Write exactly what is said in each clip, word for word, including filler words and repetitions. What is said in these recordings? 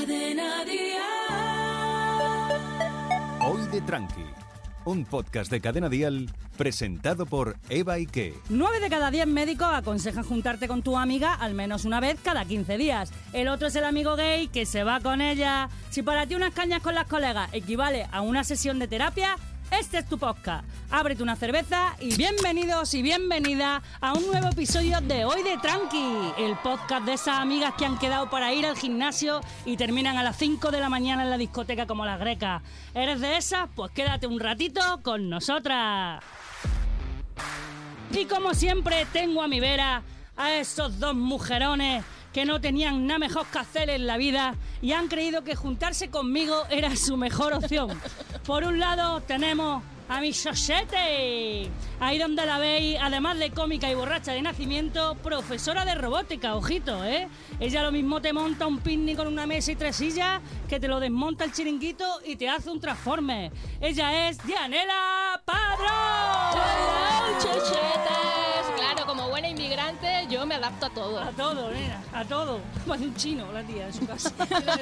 Cadena Dial. Hoy de Tranqui, un podcast de Cadena Dial presentado por Eva Ike. Nueve de cada diez médicos aconsejan juntarte con tu amiga al menos una vez cada quince días. El otro es el amigo gay que se va con ella. Si para ti unas cañas con las colegas equivale a una sesión de terapia, este es tu podcast. Ábrete una cerveza y bienvenidos y bienvenidas a un nuevo episodio de Hoy de Tranqui, el podcast de esas amigas que han quedado para ir al gimnasio y terminan a las cinco de la mañana en la discoteca como las grecas. ¿Eres de esas? Pues quédate un ratito con nosotras. Y como siempre tengo a mi vera a esos dos mujerones que no tenían nada mejor que hacer en la vida y han creído que juntarse conmigo era su mejor opción. Por un lado tenemos a mi Xochete, ahí donde la veis, además de cómica y borracha de nacimiento, profesora de robótica, ojito, ¿eh? Ella lo mismo te monta un picnic con una mesa y tres sillas, que te lo desmonta el chiringuito y te hace un transforme. Ella es Dianela Padrón. ¡Hola, Xochetes! Claro, como buena inmigrante, yo me adapto a todo. A todo, nena, a todo. Más un chino, la tía, en su casa.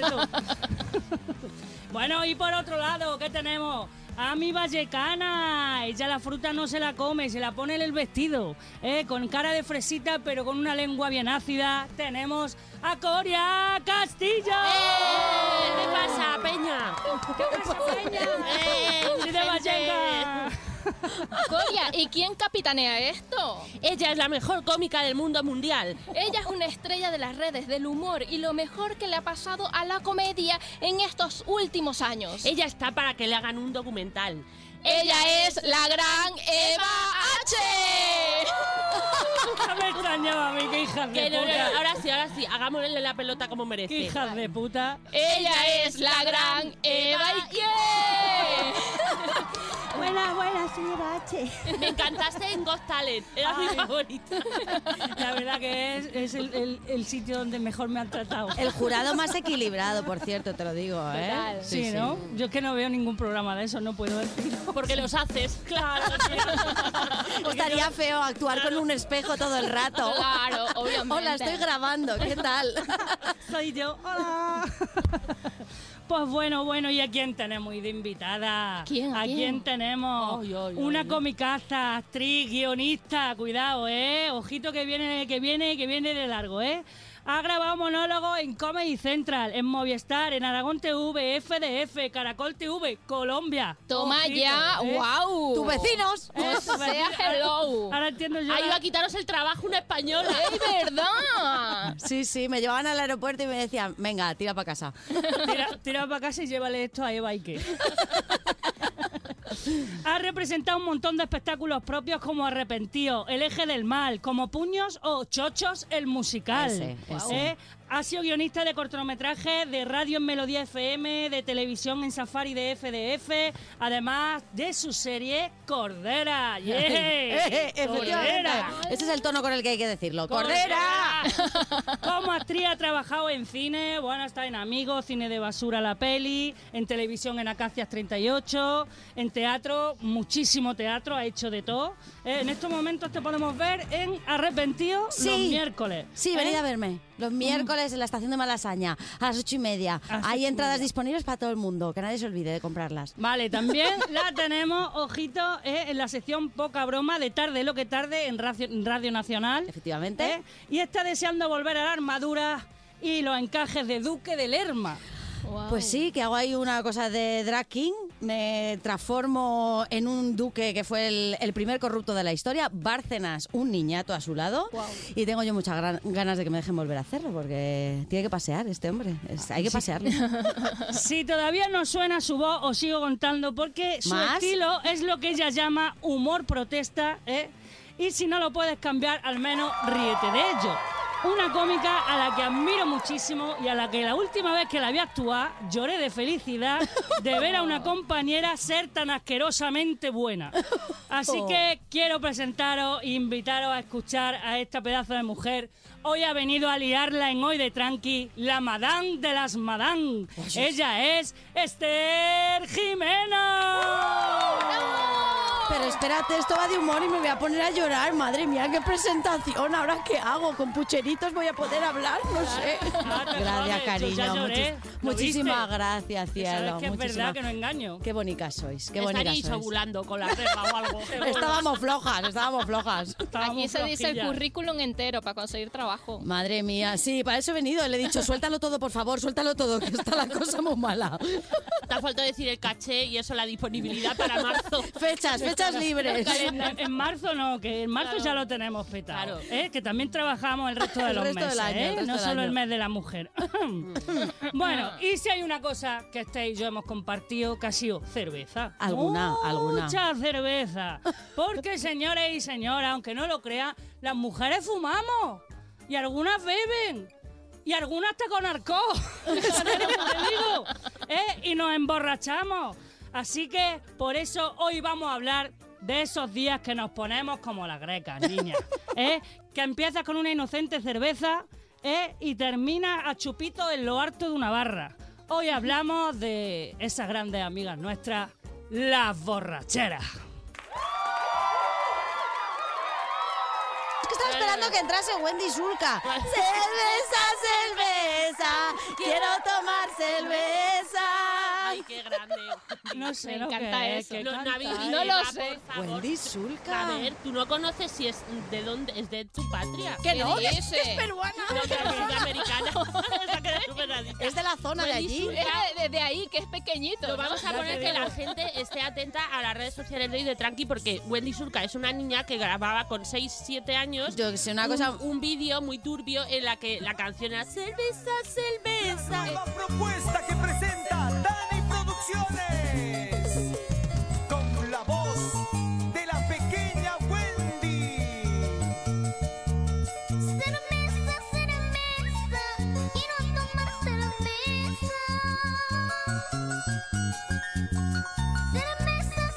Bueno, y por otro lado, ¿qué tenemos? A mi vallecana, ella la fruta no se la come, se la pone en el vestido, ¿eh? Con cara de fresita pero con una lengua bien ácida, tenemos a Coria Castillo. ¡Eh! ¿Qué pasa, Peña? ¿Qué pasa, Peña? ¡Eh! ¡Sí de Valleca! Coria, ¿y quién capitanea esto? Ella es la mejor cómica del mundo mundial. Ella es una estrella de las redes del humor y lo mejor que le ha pasado a la comedia en estos últimos años. Ella está para que le hagan un documental. Ella es la gran Eva H. No me extrañaba a mí, qué hijas de Que no, no, puta. no, ahora sí, ahora sí, hagámosle la pelota como merece. Qué hijas de puta. Ella es la gran Eva Ike. Buenas, buenas, soy Eva H. Me encantaste en Got Talent, era mi Ay. favorita. La verdad que es, es el, el, el sitio donde mejor me han tratado. El jurado más equilibrado, por cierto, te lo digo, ¿eh? Total. Sí, ¿no? Yo es que no veo ningún programa de eso, no puedo decirlo. Porque los haces, claro. Estaría feo actuar con un espejo todo el rato. Claro, obviamente. Hola, estoy grabando, ¿qué tal? Soy yo. Hola. Pues bueno, bueno, ¿y a quién tenemos de invitada? ¿Quién, a ¿A quién? quién tenemos? Ay, ay, Una ay. comicaza, actriz, guionista, cuidado, ¿eh? Ojito que viene, que viene, que viene de largo, ¿eh? Ha grabado monólogos en Comedy Central, en Movistar, en Aragón T V, F D F, Caracol T V, Colombia. Toma Ojito, ya, ¿eh? wow. ¡Tus vecinos! O sea, hello. Ahora entiendo yo. Ahí la- va a quitaros el trabajo una española. ¡Es verdad! Sí, sí, me llevaban al aeropuerto y me decían, venga, tira para casa. Tira, tira para casa y llévale esto a Eva Ike. Ha representado un montón de espectáculos propios como Arrepentido, El Eje del Mal, como Puños o Chochos el musical. Ese, ese. ¿Eh? Ha sido guionista de cortometrajes, de radio en Melodía F M, de televisión en Safari de F D F, además de su serie Cordera. ¡Yeah! Eh, efectivamente. ¡Cordera! Ese es el tono con el que hay que decirlo. ¡Cordera! Como actriz ha trabajado en cine, bueno, está en Amigos, Cine de Basura, la peli, en televisión en Acacias treinta y ocho, en teatro, muchísimo teatro, ha hecho de todo. Eh, en estos momentos te podemos ver en Arrepentido Sí. los miércoles. Sí, ¿eh? venid a verme. Los miércoles en la estación de Malasaña, a las ocho y media. A las Hay ocho y entradas media. disponibles para todo el mundo, que nadie se olvide de comprarlas. Vale, también la tenemos, ojito, eh, en la sección Poca Broma de Tarde lo que Tarde en Radio, en Radio Nacional. Efectivamente. ¿eh? Y está deseando volver a la armadura y los encajes de Duque de Lerma. Wow. Pues sí, que hago ahí una cosa de drag king, me transformo en un duque que fue el, el primer corrupto de la historia, Bárcenas, un niñato a su lado, Wow. y tengo yo muchas gran- ganas de que me dejen volver a hacerlo, porque tiene que pasear este hombre, es- hay que pasearlo. Si todavía no suena su voz, os sigo contando, porque su ¿Más? estilo es lo que ella llama humor protesta, ¿eh? Y si no lo puedes cambiar, al menos ríete de ello. Una cómica a la que admiro muchísimo y a la que la última vez que la vi actuar lloré de felicidad de ver a una compañera ser tan asquerosamente buena. Así que quiero presentaros e invitaros a escuchar a esta pedazo de mujer. Hoy ha venido a liarla en Hoy de Tranqui, la Madame de las Madame. Ella es Esther Jimeno. Pero espérate, esto va de humor y me voy a poner a llorar. Madre mía, qué presentación. ¿Ahora qué hago? ¿Con pucheritos voy a poder hablar? No sé. Gracias, cariño. Ya lloré. Muchis- ¿Lo muchísimas viste? gracias, cielo. Sabes que es Muchísimas- verdad que no engaño. Qué bonitas sois, qué bonitas Estaríais sois. ovulando con la regla o algo. Estábamos flojas, estábamos flojas. Estábamos Aquí se dice el flojillas. currículum entero para conseguir trabajo. Madre mía, sí, para eso he venido. Le he dicho, suéltalo todo, por favor, suéltalo todo, que está la cosa muy mala. Te ha faltado decir el caché y eso, la disponibilidad para marzo. Fechas, fechas libres. En, en marzo no, que en marzo Claro. ya lo tenemos petado. Claro. ¿eh? Que también trabajamos el resto de El los resto del meses, año, el ¿eh? resto No del solo el año. mes de la mujer. Bueno, y si hay una cosa que este y yo hemos compartido, que ha sido cerveza. Alguna, alguna. Mucha cerveza. Porque, señores y señoras, aunque no lo crean, las mujeres fumamos. Y algunas beben. Y algunas hasta con alcohol. ¿Sabes lo que te digo? ¿Eh? Y nos emborrachamos. Así que, por eso, hoy vamos a hablar de esos días que nos ponemos como las grecas, niñas. ¿Eh? Que empiezas con una inocente cerveza, ¿eh? Y termina a chupito en lo harto de una barra. Hoy hablamos de esas grandes amigas nuestras, las borracheras. Es que estaba esperando que entrase Wendy Sulca. Cerveza, cerveza, quiero tomar cerveza. Ay, qué grande. No sé Me lo encanta que es, eso. que No, no canta. habéis No lo va, sé. por favor. Wendy Sulca. A ver, tú no conoces si es de dónde, es de tu patria. Que no, que es, dice? que es peruana. No, que es de americana. Esa que es súper rarita. Es de la zona de Wendy allí. Sulca. Es de, de ahí, que es pequeñito. Lo vamos a Ya poner te que digo. la gente esté atenta a las redes sociales de hoy de Tranqui, porque Wendy Sulca es una niña que grababa con seis siete años Yo que sé, una un, cosa... un vídeo muy turbio en la que la canción era cerveza, cerveza. Nueva propuesta que presenta Dani Producciones con la voz de la pequeña Wendy. Cerveza, cerveza, quiero tomar cerveza. Cerveza,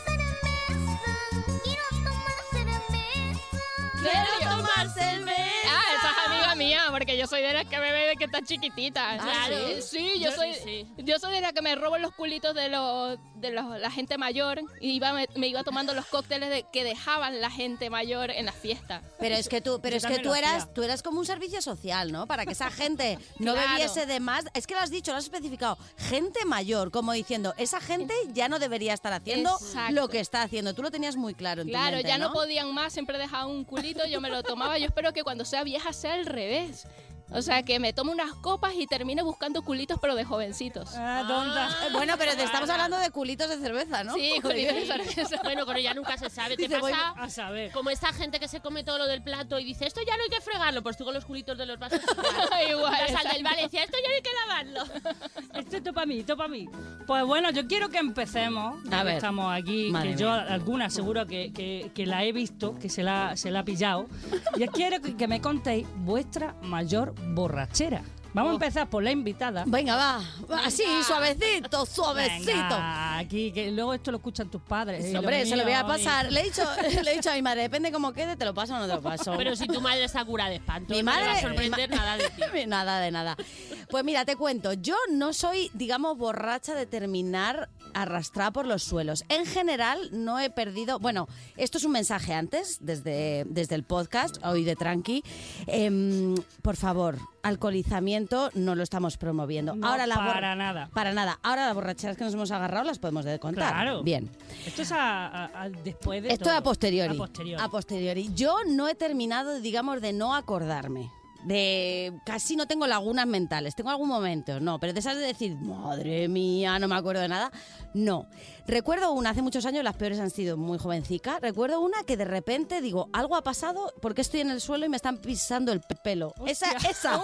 cerveza, quiero tomar cerveza. Quiero tomar cerveza. Ah, esa es amiga mía, porque yo soy de las que bebe de que está chiquitita. Claro. Sí, sí, yo, Yo soy sí, sí. yo soy de la que me robo los culitos de los de los- la gente mayor y iba, me, me iba tomando los cócteles de, que dejaban la gente mayor en la fiesta. Pero es que tú, pero Yo es que también tú lo eras, hacía. tú eras como un servicio social, ¿no? Para que esa gente no Claro. bebiese de más. Es que lo has dicho, lo has especificado. Gente mayor, como diciendo, esa gente ya no debería estar haciendo Exacto. lo que está haciendo. Tú lo tenías muy claro en tu Claro, mente, ya no ¿no? podían más, siempre dejaban un culito, yo me lo tomaba. Yo espero que cuando sea vieja sea al revés. O sea, que me tome unas copas y termine buscando culitos, pero de jovencitos. Ah, tonta. Eh, Bueno, pero te estamos hablando de culitos de cerveza, ¿no? Sí, culitos de cerveza. Bueno, con ella nunca se sabe. Te Dice, voy- pasa A saber. como esta gente que se come todo lo del plato y dice, esto ya no hay que fregarlo, pues tú con los culitos de los vasos. Igual, Vas al exacto. del Valencia, esto ya no hay que lavarlo. Esto es todo para mí, todo para mí. Pues bueno, yo quiero que empecemos. ya A que ver. Estamos aquí, Madre que yo mía. alguna seguro que, que- que la he visto, que se la, se la ha pillado. Y quiero que, que me contéis vuestra mayor borrachera. Vamos a empezar por la invitada. Venga, va. va, Así, suavecito, suavecito. Venga, aquí, que luego esto lo escuchan tus padres. Sí, y lo hombre, se lo voy a mío, y- pasar. Le he, dicho, le he dicho a mi madre, depende cómo quede, te lo paso o no te lo paso. Pero si tu madre está cura de espanto, Mi no le va a madre- sorprender mi ma- nada de ti. Nada de nada. Pues mira, te cuento, yo no soy, digamos, borracha de terminar arrastrada por los suelos. En general, no he perdido... Bueno, esto es un mensaje antes, desde, desde el podcast, hoy de Tranqui. Em, por favor, alcoholizamiento no lo estamos promoviendo. No, Ahora la bor- para nada. Para nada. Ahora las borracheras que nos hemos agarrado las podemos de contar. Claro. Bien. Esto es a, a- a- después de Esto todo. a posteriori. A posteriori. A posteriori. Yo no he terminado, digamos, de no acordarme. De casi no tengo lagunas mentales. Tengo algún momento, no, pero de esas de decir, madre mía, no me acuerdo de nada. No. Recuerdo una, hace muchos años, las peores han sido muy jovencica. Recuerdo una que de repente digo, algo ha pasado porque estoy en el suelo y me están pisando el pe- pelo. Esa, esa.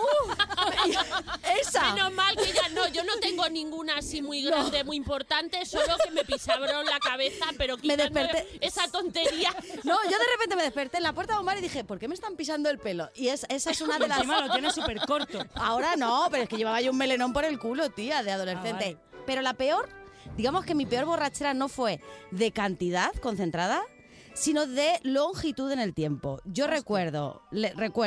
esa. Menos mal que ya no, yo no tengo ninguna así muy grande, muy importante, solo que me pisaron la cabeza, pero Me quitando desperté. esa tontería. No, yo de repente me desperté en la puerta de un bar y dije, ¿por qué me están pisando el pelo? Y es, esa es una de las... Encima lo tiene súper corto. Ahora no, pero es que llevaba yo un melenón por el culo, tía, de adolescente. Ah, Pero la peor, digamos que mi peor borrachera no fue de cantidad concentrada, sino de longitud en el tiempo. Yo recuerdo, le- recuerdo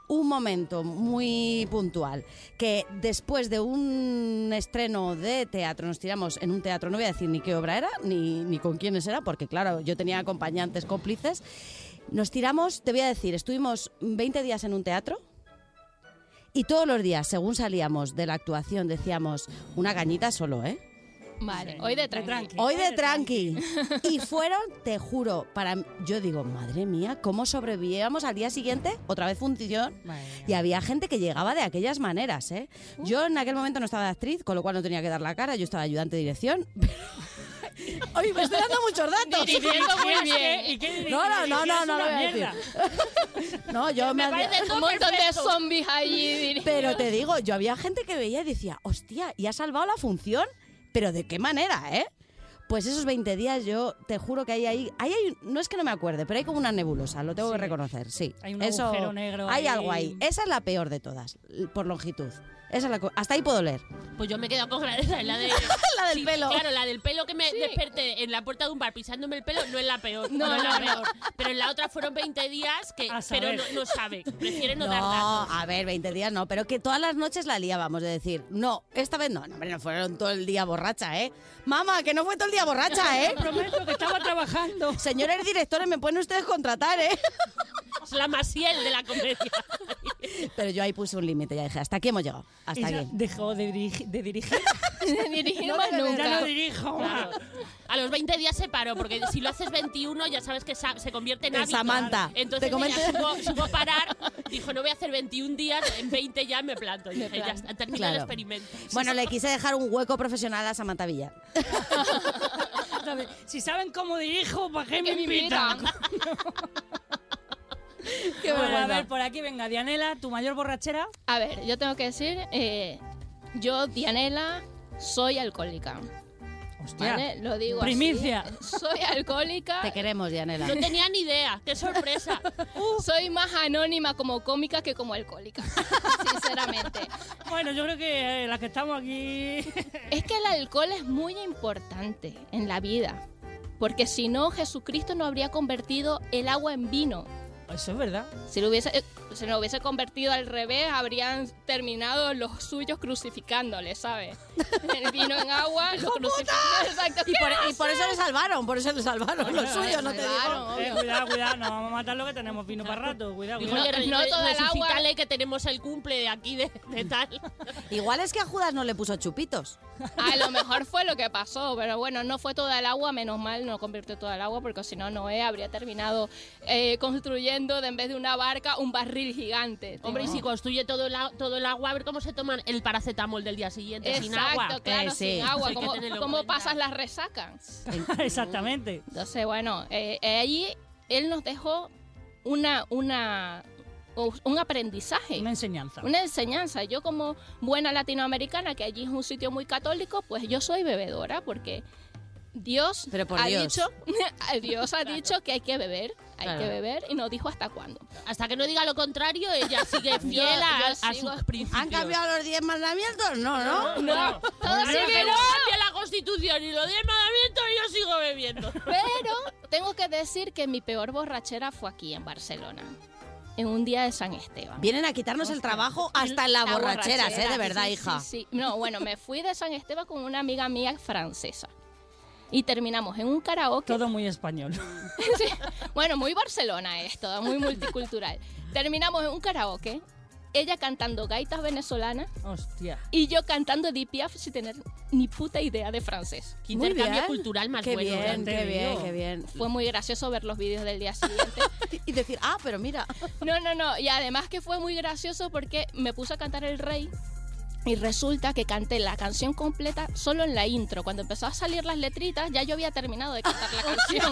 un momento muy puntual, que después de un estreno de teatro, nos tiramos en un teatro, no voy a decir ni qué obra era, ni, ni con quiénes era, porque claro, yo tenía acompañantes cómplices, nos tiramos, te voy a decir, estuvimos veinte días en un teatro, y todos los días, según salíamos de la actuación, decíamos, una cañita solo, ¿eh? Vale, hoy de tranqui. Hoy de tranqui. Y fueron, te juro, para yo digo, madre mía, ¿cómo sobrevivíamos al día siguiente? Otra vez función. Y había gente que llegaba de aquellas maneras, ¿eh? Yo en aquel momento no estaba de actriz, con lo cual no tenía que dar la cara, yo estaba de ayudante de dirección. Oye, me estoy dando muchos datos. Dirigiendo muy bien. ¿Y qué No, no, no, no, no lo voy a mierda. decir. No, yo me, Me parece todo Un montón de perfecto. zombies allí dirigidos. Pero te digo, yo había gente que veía y decía, hostia, ¿y ha salvado la función? ¿Pero de qué manera, eh? Pues esos veinte días yo te juro que hay ahí, ahí hay, no es que no me acuerde, pero hay como una nebulosa, lo tengo Sí. que reconocer, sí. Hay un Eso, agujero negro Hay ahí. algo ahí. Esa es la peor de todas, por longitud. Esa es la co- hasta ahí puedo leer. Pues yo me he quedado con la de esa, la de... La del Sí, pelo. Claro, la del pelo que me Sí. desperté en la puerta de un bar pisándome el pelo no es la peor. No, No, es la no, peor. Pero en la otra fueron veinte días que... A Pero saber. no, no sabe. Prefiere no, No, dar datos. a ver, veinte días no, pero que todas las noches la liábamos de decir, no, esta vez no, no, hombre, no fueron todo el día borracha, ¿eh? Mamá, que no fue todo el día borracha, ¿eh? Prometo que estaba trabajando. Señores directores, me pueden ustedes contratar, ¿eh? Es la Maciel de la comedia. Pero yo ahí puse un límite, ya dije, hasta aquí hemos llegado, hasta Ella aquí. dejó de, dirigi- de dirigir. De dirigir No más debe de Ya nunca. no dirijo. Claro. A los veinte días se paró, porque si lo haces veintiuno ya sabes que sa- se convierte en En hábito. Samantha. Entonces Te comenté- ella supo, supo parar, dijo, no voy a hacer veintiún días, en veinte ya me planto. Y Me dije, ya planto. está, termina Claro. el experimento. Bueno, le quise dejar un hueco profesional a Samantha Villar. Si saben cómo dirijo, ¿para qué me Que me invitan? invitan. Qué Bueno, a vergüenza. ver, por aquí venga, Dianela, tu mayor borrachera. A ver, yo tengo que decir, eh, yo, Dianela, soy alcohólica. Hostia. ¿Vale? Lo digo Primicia. así. Soy alcohólica. Te queremos, Dianela. No tenía ni idea, qué sorpresa. Soy más anónima como cómica que como alcohólica. Sinceramente. Bueno, yo creo que eh, las que estamos aquí. Es que el alcohol es muy importante en la vida. Porque si no, Jesucristo no habría convertido el agua en vino. Eso es verdad. Si lo hubiese, eh, si lo hubiese convertido al revés, habrían terminado los suyos crucificándole, ¿sabes? El vino en agua, lo crucificaron. Exacto. Y por, y por eso le salvaron, por eso le salvaron. Los Claro, suyos, no te digo. salvaron. Eh, cuidado, cuidado, no vamos a matar lo que tenemos vino para rato. Cuidado, Dijo, cuidado. oye, no re- toda el agua- resucítale que tenemos el cumple de aquí de, de tal. Igual es que a Judas no le puso chupitos. A lo mejor fue lo que pasó, pero bueno, no fue toda el agua, menos mal no convirtió toda el agua, porque si no, Noé habría terminado eh, construyendo, de, en vez de una barca, un barril gigante. Hombre, y ¿no? si construye todo el, a- todo el agua, a ver cómo se toman el paracetamol del día siguiente sin agua. Exacto, claro, Eh, sí. sin agua. Eso hay que ¿Cómo, tenerlo en cómo cuenta. pasas las resacas? Exactamente. Entonces, bueno, eh, eh, allí él nos dejó una, una, un aprendizaje. Una enseñanza. Una enseñanza. Yo como buena latinoamericana, que allí es un sitio muy católico, pues yo soy bebedora porque Dios Pero por ha Dios. dicho, Dios ha dicho que hay que beber, hay Claro. que beber y nos dijo hasta cuándo. Hasta que no diga lo contrario, ella sigue fiel a, yo a sigo- sus principios. ¿Han cambiado los diez mandamientos? No, no. No, todo Hasta sigue que no igual. cambie la Constitución y los diez mandamientos, yo sigo bebiendo. Pero tengo que decir que mi peor borrachera fue aquí en Barcelona, en un día de San Esteban. Vienen a quitarnos el trabajo hasta en las La borracheras, ¿eh? borrachera, De verdad, sí, hija. sí, sí. No, bueno, me fui de San Esteban con una amiga mía francesa. Y terminamos en un karaoke. Todo muy español. Sí. Bueno, muy Barcelona es todo, muy multicultural. Terminamos en un karaoke, ella cantando gaitas venezolanas Hostia. y yo cantando Edith Piaf sin tener ni puta idea de francés. Qué Muy intercambio bien. cultural más Qué bueno. bien, te qué bien, digo. qué bien. Fue muy gracioso ver los vídeos del día siguiente. Y decir, ah, pero mira. No, no, no. Y además que fue muy gracioso porque me puse a cantar El Rey y resulta que canté la canción completa solo en la intro. Cuando empezó a salir las letritas, ya yo había terminado de cantar la canción.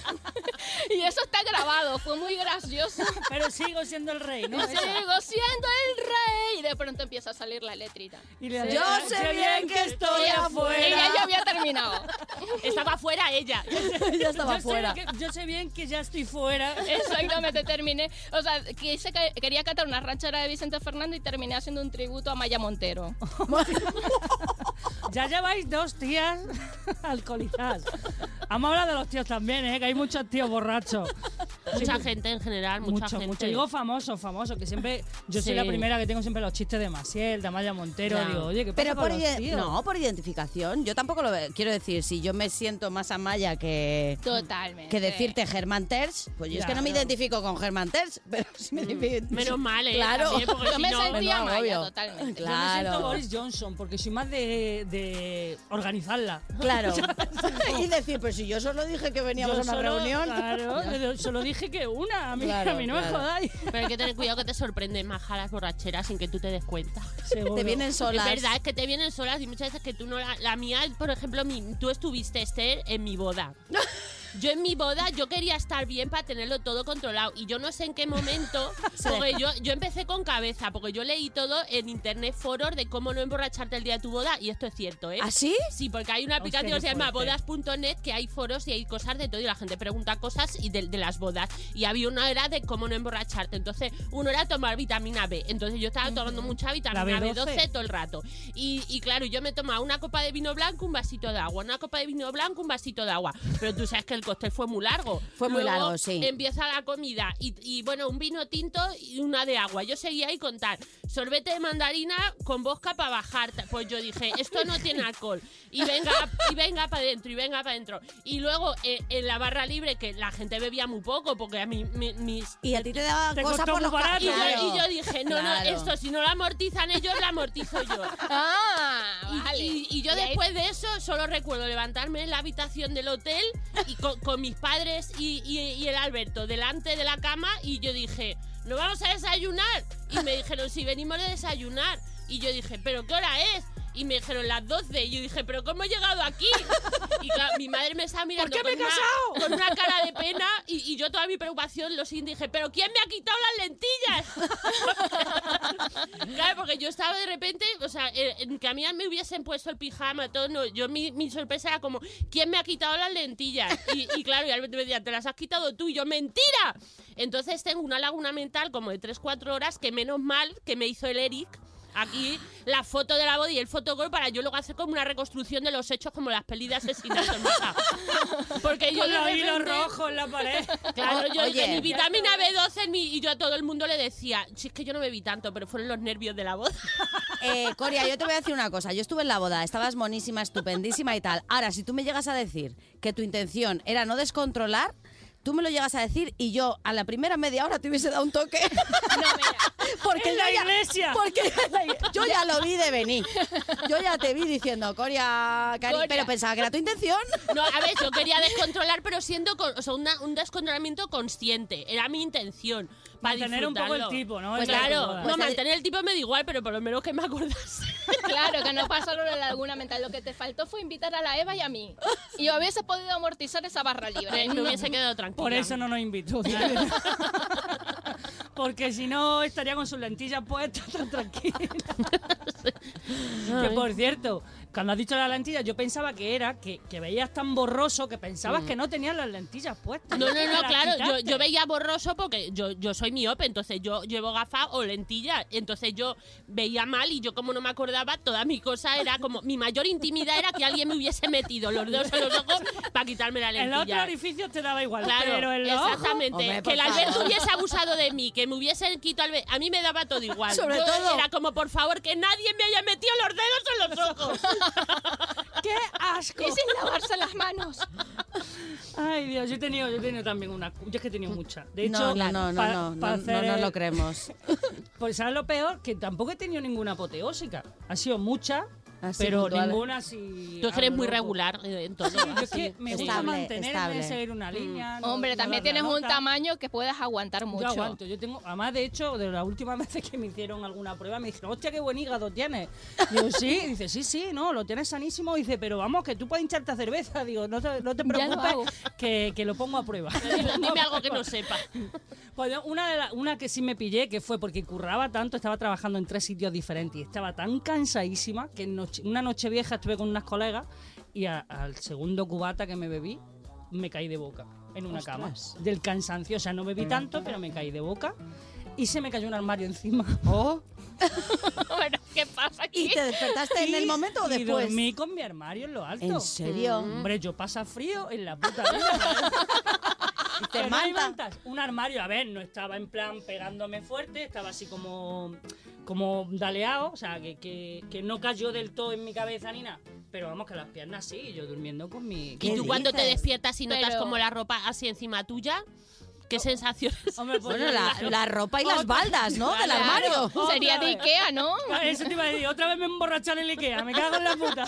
Y eso está grabado. Fue muy gracioso. Pero sigo siendo el rey, ¿no? Y sigo siendo el rey. Y de pronto empieza a salir la letrita. Y le Yo sé bien que estoy Y ya- afuera. Y ya yo había terminado. Estaba fuera ella. Ya estaba yo, fuera. sé que- yo sé bien que ya estoy fuera. Exactamente, terminé. O sea, quise, que- quería cantar una ranchera de Vicente Fernández y terminé haciendo un tributo a Maya Montero. Ya lleváis dos tías alcoholizadas. Vamos a hablar de los tíos también, ¿eh? Que hay muchos tíos borrachos. Mucha gente en general, mucha mucho, gente. mucho. Digo famoso, famoso, que siempre. Yo soy Sí. la primera que tengo siempre los chistes de Maciel, de Amaya Montero. Ya. Digo, oye, ¿qué pasa Pero con por, los ide- tíos? no, por identificación. Yo tampoco lo veo. Quiero decir, si yo me siento más Amaya que, Totalmente. que decirte Germán Terz, pues yo es que no me Claro. identifico con Germán Terz, pero si me identifico. Menos mal, ¿eh? Claro. También, porque Yo si me no- sentía no, Maya, obvio. totalmente. Yo me siento Claro. Boris Johnson, porque soy más de, de organizarla. Claro. Y decir, pues si yo solo dije que veníamos Yo a una solo- reunión. Claro, yo solo dije que una. A mí, Claro, a mí no me claro. jodáis. Pero hay que tener cuidado que te sorprenden más las borracheras sin que tú te des cuenta. Seguro. Te vienen solas. Es verdad, es que te vienen solas y muchas veces que tú no... La, la mía, por ejemplo, mi, tú estuviste, Esther, en mi boda. Yo en mi boda, yo quería estar bien para tenerlo todo controlado. Y yo no sé en qué momento, porque yo, yo empecé con cabeza, porque yo leí todo en internet, foros de cómo no emborracharte el día de tu boda, y esto es cierto, ¿eh? ¿Ah, sí? Sí, porque hay una Hostia, aplicación que qué se llama fuerte. bodas punto net, que hay foros y hay cosas de todo, y la gente pregunta cosas y de, de las bodas. Y había una era de cómo no emborracharte. Entonces, uno era tomar vitamina B. Entonces yo estaba tomando mucha vitamina La B B doce. doce todo el rato. Y, y claro, yo me tomaba una copa de vino blanco, un vasito de agua, una copa de vino blanco, un vasito de agua. Pero tú sabes que el cóctel fue muy largo. Fue muy Luego largo, sí. Empieza la comida y, y, bueno, un vino tinto y una de agua. Yo seguía ahí con tal, sorbete de mandarina con vodka para bajar. Pues yo dije, esto no tiene alcohol. Y venga, y venga para adentro, y venga para adentro. Y luego eh, en la barra libre, que la gente bebía muy poco, porque a mí mi- mis... Y a ti te daba Te cosas costó por muy los ca- barato. Y yo, Claro. y yo dije, no, Claro. no, esto si no lo amortizan ellos, lo amortizo yo. Ah, Y, vale. y- y yo Y ahí- después de eso solo recuerdo levantarme en la habitación del hotel y con, con mis padres y, y- y el Alberto delante de la cama, y yo dije, ¿no vamos a desayunar? Y me dijeron, sí, venimos de desayunar. Y yo dije, ¿pero qué hora es? Y me dijeron las doce. Y yo dije, ¿pero cómo he llegado aquí? Y claro, mi madre me estaba mirando ¿Por qué me he con, una, casado? con una cara de pena. Y, y yo toda mi preocupación, lo siguiente, dije, ¿pero quién me ha quitado las lentillas? Claro, porque yo estaba de repente, o sea, eh, en que a mí me hubiesen puesto el pijama, todo, no, yo mi, mi sorpresa era como, ¿quién me ha quitado las lentillas? Y, y claro, y Alberto me decía, ¿te las has quitado tú? Y yo, ¡mentira! Entonces tengo una laguna mental como de tres cuatro horas, que menos mal que me hizo el Eric aquí la foto de la boda y el fotocall para yo luego hacer como una reconstrucción de los hechos como las pelis de asesinatos. mija. Porque yo Con de los repente- hilos rojos en la pared. Claro, yo Oye. dije, mi vitamina B doce en mi- y yo a todo el mundo le decía, si es que yo no bebí tanto, pero fueron los nervios de la boda. Eh, Coria, yo te voy a decir una cosa. Yo estuve en la boda, estabas monísima, estupendísima y tal. Ahora, si tú me llegas a decir que tu intención era no descontrolar, tú me lo llegas a decir y yo a la primera media hora te hubiese dado un toque. No, mira. Porque En yo la ya- iglesia. Porque yo ya lo vi de venir. Yo ya te vi diciendo, Coria, Cari, Coria. pero pensaba que era tu intención. No, a ver, yo quería descontrolar, pero siendo con- o sea, una- un descontrolamiento consciente. Era mi intención. Para Mantener un poco el disfrutarlo. tipo, ¿no? Pues En la claro, boda. no, Pues, mantener el tipo me da igual, pero por lo menos que me acordase. Claro, que no pasó la laguna mental. Lo que te faltó fue invitar a la Eva y a mí. Y yo hubiese podido amortizar esa barra libre. Me hubiese quedado tranquila. Por eso no nos invitó. Porque si no estaría con sus lentillas puestas tan tranquila. Que por cierto, cuando has dicho las lentillas, yo pensaba que era que, que veías tan borroso que pensabas que no tenías las lentillas puestas. No, no, Que no, las claro, yo, quitaste. yo veía borroso porque yo, yo soy miope, entonces yo llevo gafas o lentillas, entonces yo veía mal y yo como no me acordaba, toda mi cosa era como, mi mayor intimidad era que alguien me hubiese metido los dedos en los ojos para quitarme la En los lentilla. otros orificios te daba igual, Claro, pero en los ojos... exactamente. Hombre, que por el Alberto favor. hubiese abusado de mí, que me hubiesen quitado el... A mí me daba todo igual. Sobre Yo todo- era como, por favor, que nadie me haya metido los dedos en los ojos. ¡Qué asco! Y sin lavarse las manos. Ay, Dios, yo he tenido, yo he tenido también una... Yo es que he tenido muchas. De hecho, no, no, no, pa- no, no, pa no, hacer no el- lo creemos. Pues ¿sabes lo peor? Que tampoco he tenido ninguna apoteósica. Ha sido mucha, Así pero puntual. ninguna así... Tú es que eres a lo muy loco. regular eh, en todo. Yo es así. que me Sí. gusta Estable, mantenerme, estable. seguir una línea. no- Hombre, no también dar la tienes un nota. tamaño que puedes aguantar mucho. Yo aguanto, yo tengo, además de hecho, de las últimas veces que me hicieron alguna prueba, me dijeron, hostia, qué buen hígado tienes. Digo, sí, dice, sí, sí, no, lo tienes sanísimo. Dice, pero vamos, que tú puedes hincharte a cerveza. Digo, no te, no te Ya lo hago. preocupes, que, que lo pongo a prueba. Dime, dime algo que no sepa. Pues yo, una, de la- una que sí me pillé, que fue porque curraba tanto, estaba trabajando en tres sitios diferentes y estaba tan cansadísima que en noche- una noche vieja estuve con unas colegas y a- al segundo cubata que me bebí me caí de boca en una cama. Del cansancio, o sea, no bebí tanto, pero me caí de boca y se me cayó un armario encima. Oh. Bueno, ¿qué pasa aquí? ¿Y te despertaste en el momento o Y después? dormí con mi armario en lo alto. ¿En serio? Hombre, yo pasa frío en la puta vida. Te Que no hay manta. mantas. Un armario, a ver, no estaba en plan pegándome fuerte, estaba así como, como daleado, o sea, que, que, que no cayó del todo en mi cabeza ni nada. Pero vamos, que las piernas sí, y yo durmiendo con mi... ¿Qué Y tú cuando te dices? despiertas y notas Pero- como la ropa así encima tuya, ¿qué sensaciones? Hombre, pues Bueno, yo- la, la ropa y las baldas, ¿no? Del Claro. armario. Otra Sería de vez. Ikea, ¿no? Ah, Eso te iba a decir, otra vez me emborrachan en el Ikea, me cago en la puta.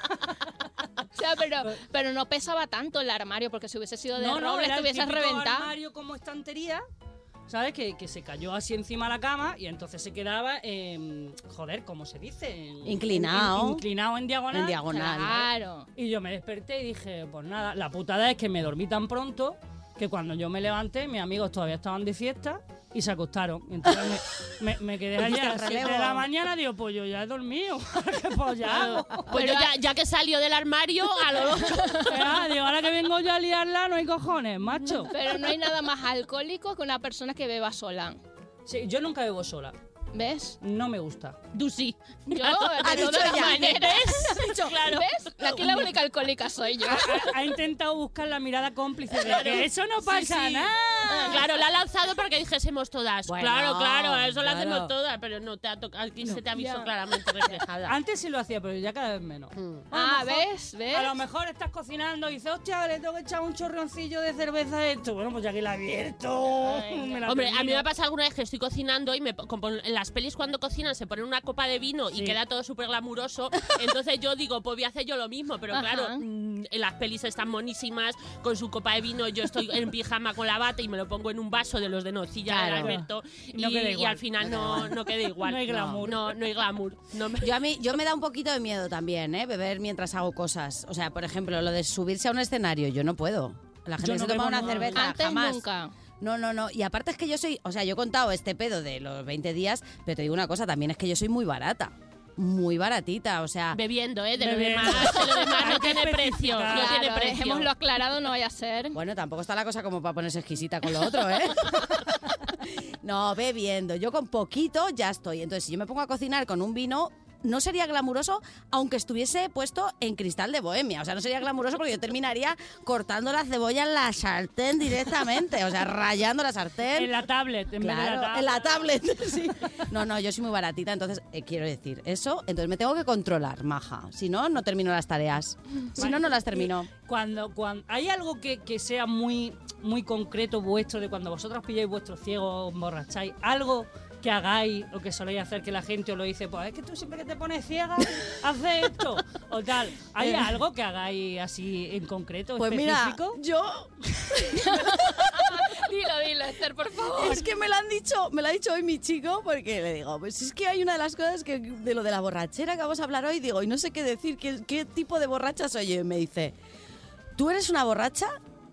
O sea, pero, pero no pesaba tanto el armario, porque si hubiese sido de roble era el estuvieses típico reventado. armario como estantería, ¿sabes? Que, que se cayó así encima de la cama y entonces se quedaba, eh, joder, ¿cómo se dice? En- Inclinado. en- en- inclinado en diagonal. En diagonal. Claro. Y yo me desperté y dije, pues nada, la putada es que me dormí tan pronto que cuando yo me levanté, mis amigos todavía estaban de fiesta y se acostaron. Y entonces me, me- me quedé allí Hiciste a el las siete de relevo. la mañana, digo, pues yo ya he dormido. ¿Qué pues ya hago? Pues yo ya, ya que salió del armario, a lo loco. Ah, digo, ahora que vengo yo a liarla, no hay cojones, macho. Pero no hay nada más alcohólico que una persona que beba sola. Sí, yo nunca bebo sola. ¿Ves? No me gusta. Tú sí. Yo, Ha de dicho todas ella. maneras. Ha dicho, Claro. ¿Ves? Aquí la única alcohólica soy yo. Ha, ha intentado buscar la mirada cómplice de que eso no pasa sí. nada. Claro, la ha lanzado para que dijésemos todas. Bueno, claro, claro, eso lo claro. hacemos todas, pero no te ha tocado. Aquí se te ha visto Ya. claramente reflejada. Antes sí lo hacía, pero ya cada vez menos. Mm. Ah, A lo mejor- ¿ves? ¿Ves? A lo mejor estás cocinando y dices, hostia, le tengo que echar un chorroncillo de cerveza a esto. Bueno, pues ya que la he abierto. Ay, me la Hombre, a mí termino. me ha pasado alguna vez que estoy cocinando y me, como en las pelis cuando cocinan se ponen una copa de vino y Sí. queda todo súper glamuroso. Entonces yo digo, pues voy a hacer yo lo mismo. Pero Ajá. claro, mm, en las pelis están monísimas con su copa de vino. Yo estoy en pijama con la bata y me lo pongo en un vaso de los de nocilla Claro. de Alberto. Y no y, queda y igual. al final no, no queda igual. No hay glamour. No, no hay glamour. No me- Yo a mí, yo me da un poquito de miedo también, ¿eh? Beber mientras hago cosas. O sea, por ejemplo, lo de subirse a un escenario, yo no puedo. La gente Yo se no toma bebo una nada. cerveza, Antes jamás. nunca. No, no, no. Y aparte es que yo soy, o sea, yo he contado este pedo de los veinte días, pero te digo una cosa, también es que yo soy muy barata. Muy baratita, o sea... Bebiendo, ¿eh? De lo Bebiendo. demás, de lo demás Hay no que tiene precio. especificar. No tiene Claro, precio. dejémoslo aclarado, no vaya a ser. Bueno, tampoco está la cosa como para ponerse exquisita con lo otro, ¿eh? No, bebiendo. Yo con poquito ya estoy. Entonces, si yo me pongo a cocinar con un vino, no sería glamuroso aunque estuviese puesto en cristal de bohemia. O sea, no sería glamuroso porque yo terminaría cortando la cebolla en la sartén directamente. O sea, rayando la sartén. En la tablet, en vez de la Claro, tablet. en la tablet, sí. No, no, yo soy muy baratita, entonces eh, quiero decir eso. Entonces me tengo que controlar, maja. Si no, no termino las tareas. Si no, no las termino. Cuando, cuando hay algo que, que sea muy, muy concreto vuestro, de cuando vosotros pilláis vuestro ciego, os emborracháis, algo que hagáis o que soléis hacer que la gente os lo dice, pues es que tú siempre que te pones ciega haces esto o tal. ¿Hay Eh. algo que hagáis así en concreto, Pues mira, específico? yo Dilo, dilo, Esther, por favor. es que me lo han dicho, me lo ha dicho hoy mi chico, porque le digo, pues es que hay una de las cosas que de lo de la borrachera que vamos a hablar hoy, digo, y no sé qué decir, qué, qué tipo de borracha soy yo. Y me dice, ¿tú eres una borracha?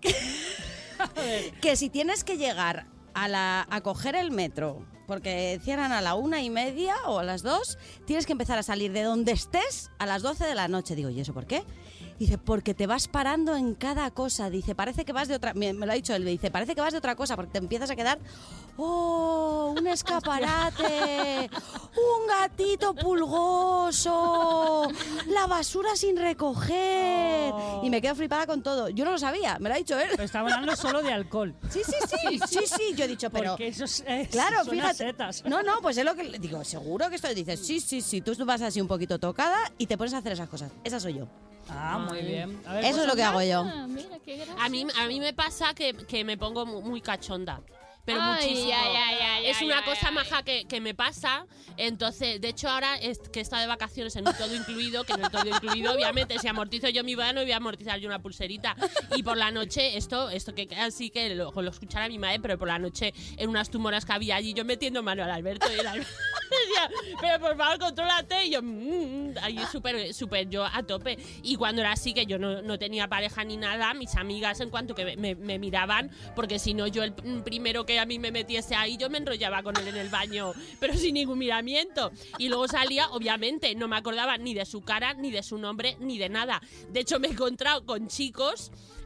Que si tienes que llegar a, la, a coger el metro, porque cierran a la una y media o a las dos, tienes que empezar a salir de donde estés a las doce de la noche. Digo, ¿y eso por qué? Dice, porque te vas parando en cada cosa. Dice, parece que vas de otra... Me, me lo ha dicho él, me dice, parece que vas de otra cosa, porque te empiezas a quedar... ¡Oh, un escaparate! ¡Un gatito pulgoso! ¡La basura sin recoger! Oh. Y me quedo flipada con todo. Yo no lo sabía, me lo ha dicho él. Pero estamos hablando solo de alcohol. Sí, sí, sí, sí, sí. Yo he dicho, pero... Porque eso es, es- Claro, son fíjate. setas. No, no, pues es lo que le digo, seguro que estoy. Dices, sí, sí, sí, tú vas así un poquito tocada y te pones a hacer esas cosas. Esa soy yo. Ah, muy Ay. bien. A ver, Eso es lo que hago yo. Ah, mira, qué gracia. A mí, a mí me pasa que, que me pongo mu- muy cachonda. Pero Ay, muchísimo. ay, ay, ay, es ay, una ay, cosa ay. maja que, que me pasa. Entonces, de hecho, ahora es que he estado de vacaciones en un todo incluido, que en el todo incluido, obviamente, si amortizo yo mi verano, voy a amortizar yo una pulserita. Y por la noche, esto, esto que así que lo, lo escuchará mi madre, pero por la noche, en unas tumoras que había allí, yo metiendo mano al Alberto y el Alberto decía, pero por favor, contrólate. Y yo, mm, mm, ahí súper, súper yo a tope. Y cuando era así, que yo no, no tenía pareja ni nada, mis amigas, en cuanto que me, me miraban, porque si no, yo el primero que a mí me metiese ahí, yo me enrollaba con él en el baño, pero sin ningún miramiento. Y luego salía, obviamente, no me acordaba ni de su cara, ni de su nombre, ni de nada. De hecho, me he encontrado con chicos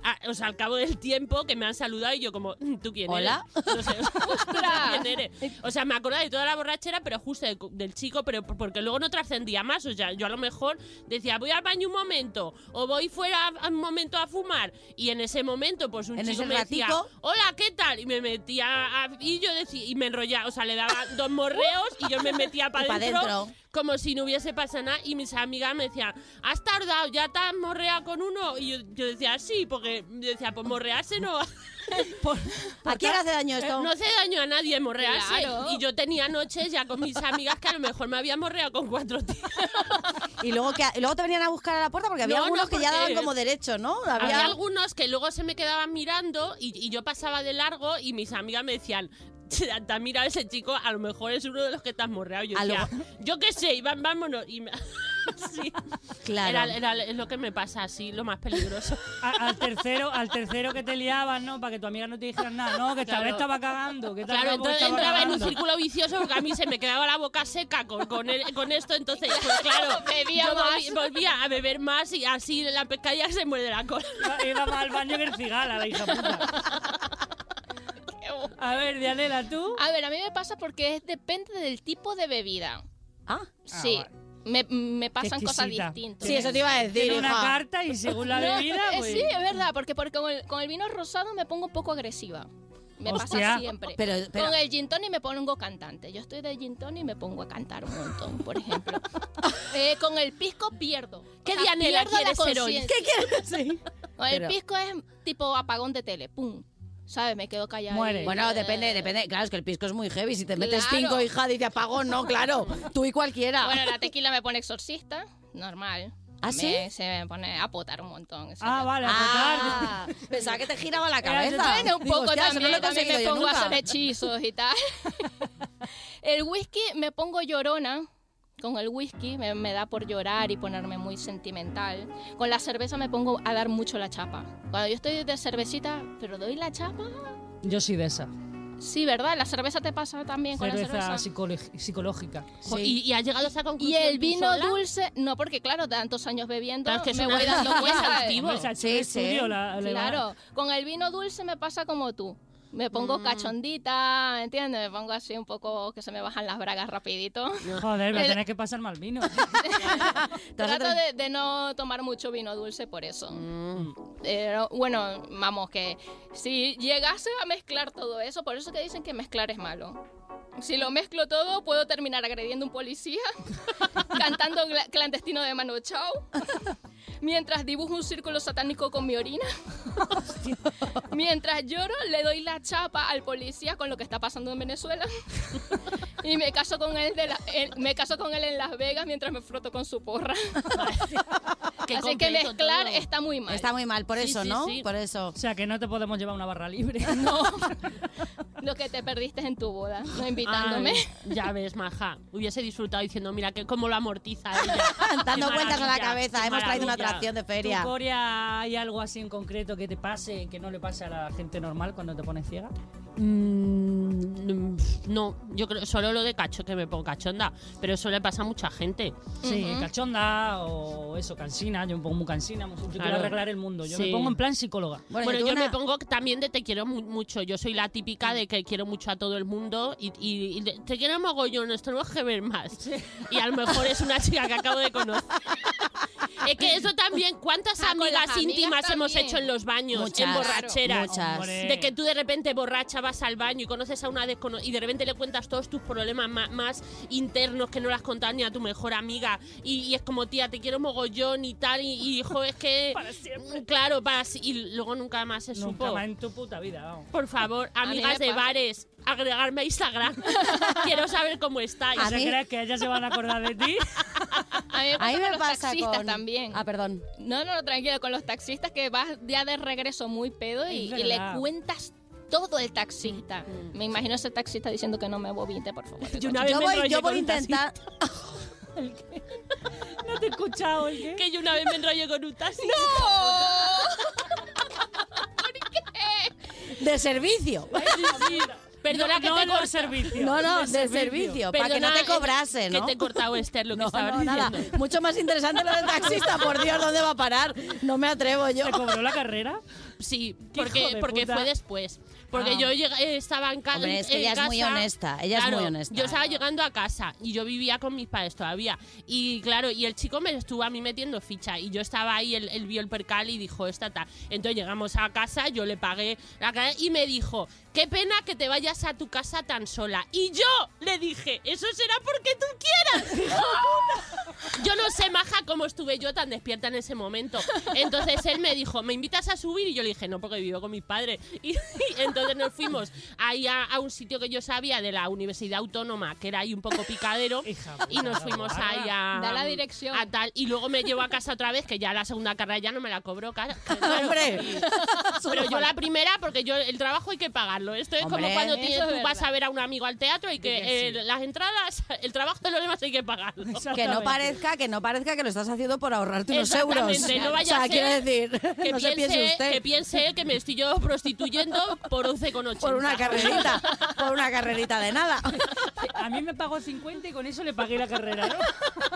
a- o sea, al cabo del tiempo que me han saludado y yo como, ¿tú quién ¿Hola? eres? No sé, ¿quién eres? O sea, me acordaba de toda la borrachera, pero justo de- del chico, pero porque luego no trascendía más. O sea, yo a lo mejor decía, voy al baño un momento, o voy fuera a- un momento a fumar, y en ese momento, pues un En chico ese me decía, ratico. hola, ¿qué tal? Y me metía, a- y yo decía, y me enrollaba, o sea, le daba dos morreos y yo me metía para Y pa' adentro. dentro. Como si no hubiese pasado nada, y mis amigas me decían, ¿has tardado? ¿Ya te has morreado con uno? Y yo, yo decía, sí, porque yo decía, pues morrearse no. ¿A quién hace daño esto? No hace daño a nadie morrearse. Claro. Y yo tenía noches ya con mis amigas que a lo mejor me había morreado con cuatro tíos. Y luego, que, y luego te venían a buscar a la puerta porque había No, algunos no, que ya daban porque- como derecho, ¿no? Había algunos que luego se me quedaban mirando y, y yo pasaba de largo y mis amigas me decían, te has mirado a ese chico, a lo mejor es uno de los que te has morreado. Yo A lo- decía, yo qué sé, y va- vámonos. Y me- sí. Claro. Era, era- es lo que me pasa así, lo más peligroso. A- al tercero, al tercero que te liabas, ¿no? Para que tu amiga no te dijera nada. No, que esta Claro. vez estaba cagando. Que esta Claro, vez entonces estaba entraba en un cagando. círculo vicioso porque a mí se me quedaba la boca seca con, con, el- con esto, entonces, pues claro, Bebía yo más. volví- volvía a beber más y así la pescadilla se muerde la cola. Iba- Iba más al baño que el cigala, la hija puta. A ver, Dianela, ¿tú? A ver, a mí me pasa porque es, depende del tipo de bebida. Ah, Sí, me, me pasan Qué cosas exquisita. distintas. sí, eso te iba a decir, Tiene una hija. carta y según la No, bebida, eh, pues... Sí, es verdad, porque, porque con, el, con el vino rosado me pongo un poco agresiva. Me Hostia. pasa siempre. Pero, pero Con el gin tonic me pongo cantante. Yo estoy de gin tonic y me pongo a cantar un montón, por ejemplo. Eh, con el pisco pierdo. ¿Qué O sea, Dianela pierdo la quieres ser hoy? conciencia. ¿qué quieres decir? Con el Pero- pisco es tipo apagón de tele, pum. ¿Sabes? Me quedo callada. Muere. y- Bueno, depende, depende. Claro, es que el pisco es muy heavy. Si te metes Claro. cinco, hija, dice apagón, no, claro. Tú y cualquiera. Bueno, la tequila me pone exorcista, normal. ¿Ah, sí? Me- se me pone a potar un montón. esa Ah, cosa. vale, a potar. Ah, pensaba que te giraba la Era- cabeza. Bueno, un Digo, poco hostia, eso no también, lo he también me conseguido yo pongo a nunca. hacer hechizos y tal. El whisky me pongo llorona. Con el whisky me, me da por llorar y ponerme muy sentimental. Con la cerveza me pongo a dar mucho la chapa. Cuando yo estoy de cervecita, pero doy la chapa. Yo soy de esa. Sí, ¿verdad? La cerveza te pasa también con la Cerveza cerveza. psicolo- psicológica. Jo, ¿Y, y has llegado a esa Y conclusión el tú vino sola? dulce, no, porque claro, tantos años bebiendo, Claro, es que es me una- voy dando es cuenta. adictivo. Hombre, se ha hecho Sí, un sí. estudio, la- le va- Claro, con el vino dulce me pasa como tú. Me pongo cachondita, ¿entiendes? Me pongo así un poco que se me bajan las bragas rapidito. Joder, me El- tenés que pasar mal vino. Trato de, de no tomar mucho vino dulce por eso. Mm. Pero, bueno, vamos, que si llegase a mezclar todo eso, por eso que dicen que mezclar es malo. Si lo mezclo todo, puedo terminar agrediendo a un policía, cantando gla- clandestino de Manu Chao, mientras dibujo un círculo satánico con mi orina. Mientras lloro, le doy la chapa al policía con lo que está pasando en Venezuela. Y me caso con él, de la- en- me caso con él en Las Vegas mientras me froto con su porra. Qué Así que completo mezclar todo. está muy mal. Está muy mal, por Sí, eso, sí, ¿no? sí. Por eso. O sea, que no te podemos llevar una barra libre. No. Lo que te perdiste en tu boda, no invitándome. Ay, ya ves, maja. Hubiese disfrutado diciendo, mira, que cómo lo amortiza ella. Dando Qué vueltas a la maravilla, cabeza. qué Hemos traído una maravilla. atracción de ¿Tu feria. Coria, hay algo así en concreto que te pase que no le pase a la gente normal cuando te pones ciega? Mm, no, yo creo solo lo de cacho, que me pongo cachonda. Pero eso le pasa a mucha gente. Sí, Ujú. cachonda o eso, cansina. Yo me pongo muy cansina. Yo quiero Claro. arreglar el mundo. Yo Sí. me pongo en plan psicóloga. Bueno, Bueno, y tú yo una- me pongo también de te quiero mu- mucho. Yo soy la típica de que quiero mucho a todo el mundo y, y- y de- te quiero mogollón, nos tenemos que ver más. Y a lo mejor es una chica que acabo de conocer. Es que eso también, ¿cuántas Ah, con amigas las amigas íntimas hemos también. hecho en los baños, Muchas, en borracheras? muchas. Hombre. De que tú de repente borracha vas al baño y conoces a una descono y de repente le cuentas todos tus problemas ma- más, internos que no las contas ni a tu mejor amiga y, y es como, tía, te quiero mogollón y tal y, y jo, es que... Para siempre. Claro, para si- y luego nunca más se Nunca supo. más en tu puta vida, vamos. Por favor, A mí amigas me de pasa. bares, agregarme a Instagram. Quiero saber cómo estáis. A ¿Se mí- crees que ellas se van a acordar de ti? A mí me A pasa mí con me los pasa taxistas con... también. Ah, perdón. No, no, tranquilo, con los taxistas que vas ya de regreso muy pedo y, Es y le verdad. cuentas todo el taxista. Me imagino ese taxista diciendo que no me vomite, por favor. Yo una vez Yo me voy, enrollé yo con voy a un taxi- intentar... No te he escuchado, ¿el qué? Que yo una vez me enrollé con un taxi. De servicio. Perdona no, que no, te no, corto. servicio. No, no, de servicio. Para que no Perdona, te cobrase, eh, ¿no? Que te he cortado, Esther, lo que No, estabas no, nada. diciendo. Mucho más interesante lo del taxista, por Dios, ¿dónde va a parar? No me atrevo yo. ¿Te cobró la carrera? Sí, Qué hijo porque, de porque puta. fue después. Porque Ah. yo lleg- eh, estaba en, ca- Hombre, es que en ella es casa. muy honesta, ella es Claro, muy honesta. Yo estaba llegando a casa y yo vivía con mis padres todavía. Y claro, y el chico me estuvo a mí metiendo ficha. Y yo estaba ahí, él, él vio el percal y dijo, esta tal. Entonces llegamos a casa, yo le pagué la cara y me dijo, qué pena que te vayas a tu casa tan sola. Y yo le dije, eso será porque tú quieras. hijo de puta". Yo no sé, maja, cómo estuve yo tan despierta en ese momento. Entonces él me dijo, ¿me invitas a subir? Y yo le dije, no, porque vivo con mis padres. Y, y entonces nos fuimos ahí a, a un sitio que yo sabía de la Universidad Autónoma, que era ahí un poco picadero. Hija puta, Y nos fuimos guarda. ahí a... Da la dirección. A tal. Y luego me llevó a casa otra vez, que ya la segunda carrera ya no me la cobró. Claro, Hombre. Y- pero yo la primera, porque yo el trabajo hay que pagarlo. Esto es Hombre, como cuando eso tienes- es tú vas verdad. a ver a un amigo al teatro y que Sí que sí. eh, las entradas, el trabajo de los demás hay que pagarlo. Que no Exactamente. parezca, que no parezca que lo estás haciendo por ahorrarte unos euros. Exactamente, no vaya o sea, a ser quiero decir, Que, no se piense piense, usted. que piense que me estoy yo prostituyendo por once con ochenta. Por una carrerita, por una carrerita de nada. A mí me pagó cincuenta y con eso le pagué la carrera, ¿no?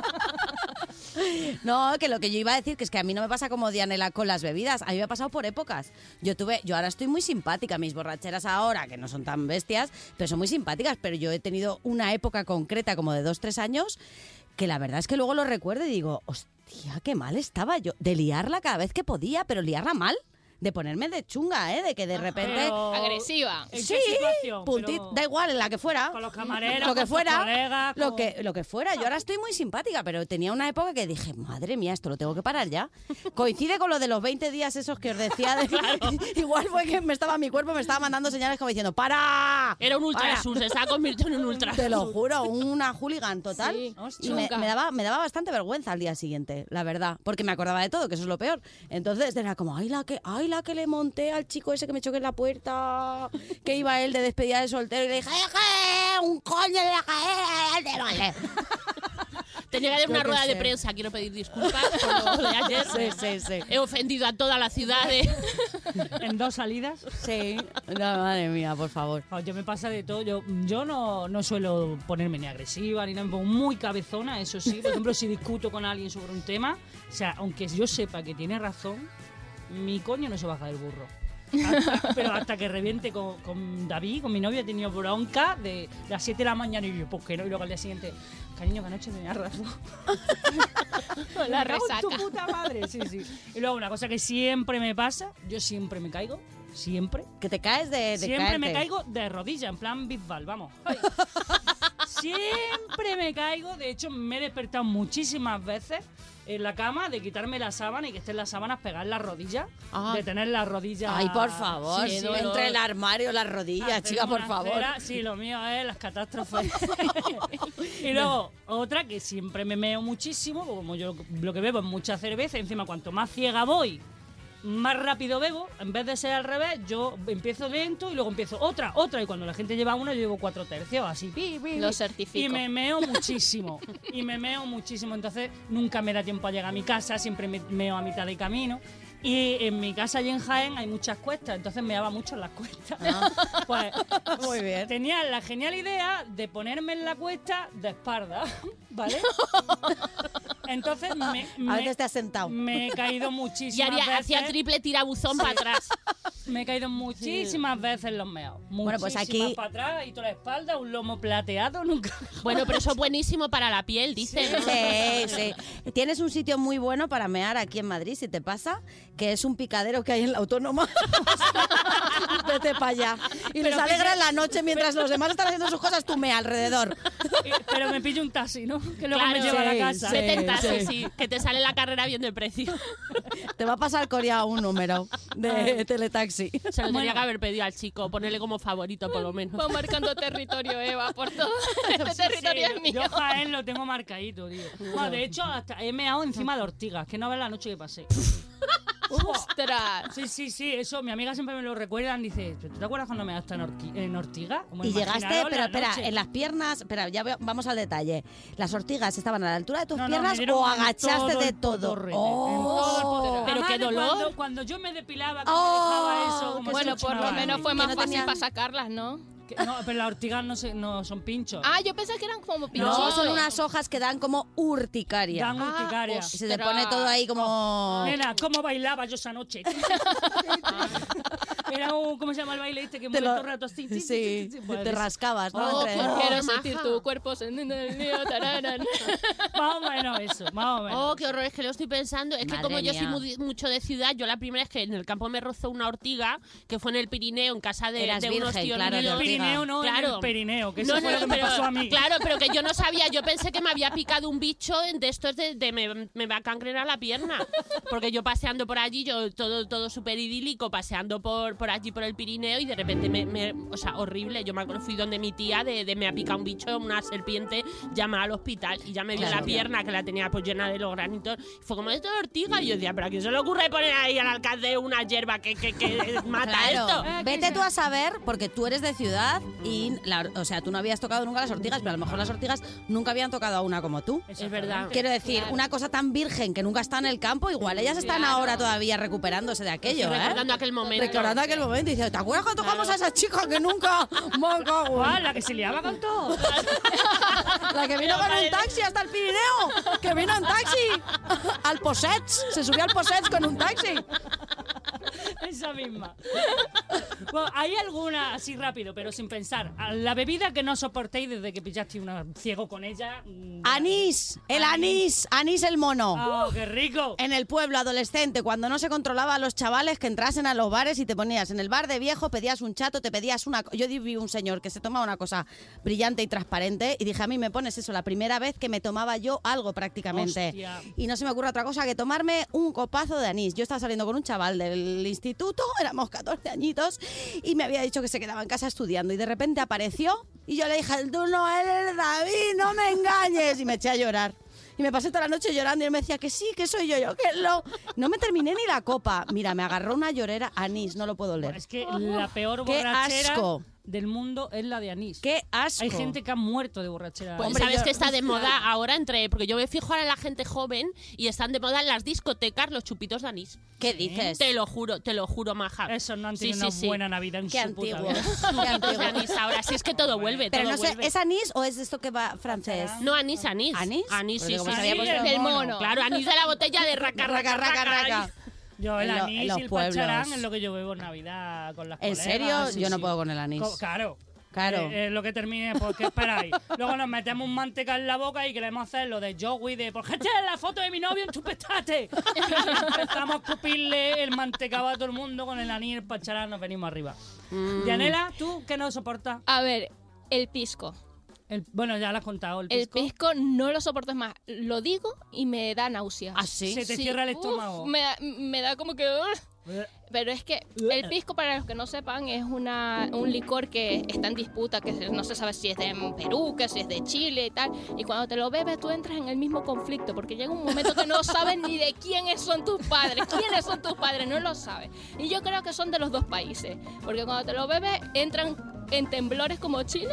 No, que lo que yo iba a decir, que es que a mí no me pasa como Dianela con las bebidas, a mí me ha pasado por épocas. Yo tuve, yo ahora estoy muy simpática, mis borracheras ahora, que no son tan bestias, pero son muy simpáticas, pero yo he tenido una época concreta como de dos, tres años, que la verdad es que luego lo recuerdo y digo, hostia, qué mal estaba yo, de liarla cada vez que podía, pero liarla mal, de ponerme de chunga, ¿eh? De que de repente... Pero- Agresiva. ¿En Sí, qué situación? puntit, Pero- da igual, en la que fuera. Con los camareros, lo que con tus fuera, colegas, lo con- que lo que fuera. Yo ahora estoy muy simpática, pero tenía una época que dije, madre mía, esto lo tengo que parar ya. Coincide con lo de los veinte días esos que os decía. De... Igual fue que me estaba mi cuerpo me estaba mandando señales como diciendo, ¡para! Era un ¡Para! ultrasus, se estaba convirtiendo en un ultrasus. Te lo juro, una hooligan total. Sí, y me, chunga. me daba, me daba bastante vergüenza al día siguiente, la verdad, porque me acordaba de todo, que eso es lo peor. Entonces era como, ay la que, ay la que le monté al chico ese que me choqué en la puerta, que iba él de despedida de soltero y le dije, "¡Eh, un coño de la calle, vale". Tenía que haber Yo una qué rueda de sé. prensa, quiero pedir disculpas por lo de ayer. Sí, sí, sí. He ofendido a toda la ciudad de... En dos salidas. Sí. No, madre mía, por favor. Ah, Yo me pasa de todo. Yo, yo no, no suelo ponerme ni agresiva ni nada. Me pongo muy cabezona, eso sí. Por ejemplo, si discuto con alguien sobre un tema, o sea, aunque yo sepa que tiene razón, mi coño no se baja del burro. Hasta- pero hasta que reviente con, con David, con mi novio, he tenido bronca de las siete de la mañana y yo, pues que no. Y luego al día siguiente, cariño, que anoche tenías razón. La Me cago en tu resaca. puta madre, sí, sí. Y luego una cosa que siempre me pasa, yo siempre me caigo, siempre. Que te caes de, de Siempre me caerte. caigo de rodilla, en plan Bisbal, vamos. Siempre me caigo, de hecho me he despertado muchísimas veces en la cama de quitarme la sábana y que estén las sábanas pegadas en las rodillas, Ah. de tener las rodillas... Ay, por favor, Sí, sí, dolor. entre el armario, las rodillas, Hacer chica, por una favor. cera. Sí, lo mío es las catástrofes. Y luego, otra que siempre me meo muchísimo, como yo lo que bebo es mucha cerveza, y encima cuanto más ciega voy, más rápido bebo. En vez de ser al revés, yo empiezo lento y luego empiezo otra, otra. Y cuando la gente lleva una, yo llevo cuatro tercios, así. Pi, pi, Lo pi. certifico. Y me meo muchísimo. Y me meo muchísimo. Entonces, nunca me da tiempo a llegar a mi casa, siempre me meo a mitad de camino. Y en mi casa allí en Jaén hay muchas cuestas, entonces me daba mucho en las cuestas. Pues Muy bien. tenía la genial idea de ponerme en la cuesta de espalda, ¿vale? Entonces me, A me- veces te has sentado. me he caído Y muchísimas haría, veces. hacía triple tirabuzón para atrás. Me he caído muchísimas veces en los meados. Bueno, pues Muchísimas aquí- para atrás y toda la espalda, un lomo plateado, nunca. Bueno, pero eso es buenísimo para la piel, dicen. ¿no? Sí, sí. Tienes un sitio muy bueno para mear aquí en Madrid, si te pasa, que es un picadero que hay en la Autónoma. Vete para allá. Y les Pero alegra pilla- la noche mientras los demás están haciendo sus cosas, tú mea alrededor. Eh, Pero me pillo un taxi, ¿no? Que luego Claro, me lleva a la sí, casa. sí. Vete en taxi, sí. sí, que te sale la carrera bien de precio. Te va a pasar Corea un número de teletaxi. Se lo tenía Bueno. que haber pedido al chico, ponerle como favorito por lo menos. Va marcando territorio, Eva, por todo. Este territorio Sí, es mío. Yo Jaén lo tengo marcadito, tío. Bueno, de hecho, hasta he meado encima de ortigas, que no ves la noche que pasé. ¡Ostras! Sí, sí, sí, eso, mi amiga siempre me lo recuerdan, dice, ¿tú te acuerdas cuando me daste en, Orqui- en Ortiga? Como Y llegaste, imaginaros pero la espera, noche. en las piernas, espera, ya veo- vamos al detalle. ¿Las ortigas estaban a la altura de tus No, no, piernas me dieron o en agachaste todo de el todo? potorrete, Oh. en todo el potorrete. Pero Además qué de dolor. Cuando, cuando yo me depilaba, que Oh, me dejaba eso, como qué Bueno, chucho, por lo madre menos mía. fue Que más no fácil tenía- para sacarlas, ¿no? Que- No, pero las ortigas no, se, no son pinchos. Ah, yo pensé que eran como pinchitos. No, son unas hojas que dan como urticaria. Dan urticaria. Y se te pone todo ahí como... Nena, ¿cómo bailaba yo esa noche? Era un, ¿cómo se llama el baile este? Que Te mueve lo- todo el rato así. Sí, sí, sí, pues, te rascabas, ¿no? Oh, Entre- quiero maja. sentir tu cuerpo en el mío, tararan. Más o menos eso, más o menos. Oh, qué horror, es que lo estoy pensando. Es que Madre como yo soy mía. muy- mucho de ciudad, yo la primera es que en el campo me rozó una ortiga, que fue en el Pirineo, en casa de, Eras de unos virgen, tíos claro, de míos. el Pirineo no, en Claro. el Perineo, que eso No, fue no, lo que me pero- pasó a mí. Claro, pero que yo no sabía, yo pensé que me había picado un bicho de estos de, de me, me va a cangrenar la pierna. Porque yo paseando por allí, yo todo, todo súper idílico, paseando por, por allí por el Pirineo y de repente me, me- o sea, horrible. Yo me acuerdo, fui donde mi tía de, de me ha picado un bicho, una serpiente, llama al hospital y ya me vio Claro. la pierna que la tenía pues llena de los granitos. Y fue como esto de ortiga y yo decía, pero ¿a quién se le ocurre poner ahí al alcance una hierba que, que, que mata Claro, esto? vete tú a saber, porque tú eres de ciudad y, la- o sea, tú no habías tocado nunca las ortigas, pero a lo mejor las ortigas nunca habían tocado a una como tú. Es verdad. Quiero decir, una cosa tan virgen que nunca está en el campo, igual ellas están Claro. ahora todavía recuperándose de aquello, Estoy ¿eh? recordando aquel momento. Recordando aquel momento y dice, ¿te acuerdas cuando tocamos a esa chica que nunca... Me cago en- ¡Guau, la que se liaba con todo! La que vino con un taxi hasta el Pirineo, que vino en taxi al Possets, se subió al Possets con un taxi. Esa misma. Bueno, ¿hay alguna, así rápido, pero sin pensar, a la bebida que no soportéis desde que pillaste un ciego con ella? mm, Anís, el anís, anís el mono. ¡Oh, qué rico! En el pueblo adolescente, cuando no se controlaba a los chavales que entrasen a los bares y te ponías en el bar de viejo, pedías un chato, te pedías una... Yo vi un señor que se tomaba una cosa brillante y transparente y dije, a mí me pones eso, la primera vez que me tomaba yo algo prácticamente. Hostia. Y no se me ocurre otra cosa que tomarme un copazo de anís. Yo estaba saliendo con un chaval del instituto, éramos catorce añitos, y me había dicho que se quedaba en casa estudiando y de repente apareció y yo le dije, tú no eres David, no me engañes, y me eché a llorar. Y me pasé toda la noche llorando y él me decía que sí, que soy yo, yo que lo... No me terminé ni la copa. Mira, me agarró una llorera anís, no lo puedo oler. Es que la peor ¡Qué borrachera asco! del mundo es la de anís. ¡Qué asco! Hay gente que ha muerto de borrachera. Pues Hombre, sabes yo- que está de moda ahora entre, porque yo me fijo ahora en la gente joven y están de moda en las discotecas los chupitos de anís. ¿Qué dices? Te lo juro, te lo juro, maja. Esos no han Sí, tenido sí, una sí. buena Navidad en Qué su puta antiguo. vida. Qué Chupitos de antiguo. anís ahora, sí es que todo vuelve, Pero todo no sé, vuelve. ¿es anís o es esto que va francés? No, anís, anís. ¿Anís? Anís, Porque sí, como sí, se había sí. puesto del mono. mono. Claro, anís de la botella de raca, Raca, raca, raca. ay. Yo el En lo- anís en los y el pueblos. pacharán es lo que yo bebo en Navidad con las ¿En colegas. serio? Sí, Yo no sí. puedo con el anís. Co- Claro. Claro. Eh, eh, lo que termine, porque esperáis. Luego nos metemos un manteca en la boca y queremos hacer lo de Joey de ¿por qué tienes la foto de mi novio en tu petate? Y empezamos a escupirle el mantecado a todo el mundo con el anís y el pacharán, nos venimos arriba. Mm. Yanela, ¿tú qué no soportas? A ver, el pisco. El- bueno, ya lo has contado, el El pisco. pisco no lo soporto, es más, lo digo y me da náuseas. ¿Ah, sí? Se te Sí, cierra el uf, estómago. me, da, me da como que... ugh. Pero es que el pisco, para los que no sepan, es una, un licor que está en disputa, que no se sabe si es de Perú, que si es de Chile y tal. Y cuando te lo bebes, tú entras en el mismo conflicto, porque llega un momento que no sabes ni de quiénes son tus padres. ¿Quiénes son tus padres? No lo sabes. Y yo creo que son de los dos países, porque cuando te lo bebes, entran en temblores como Chile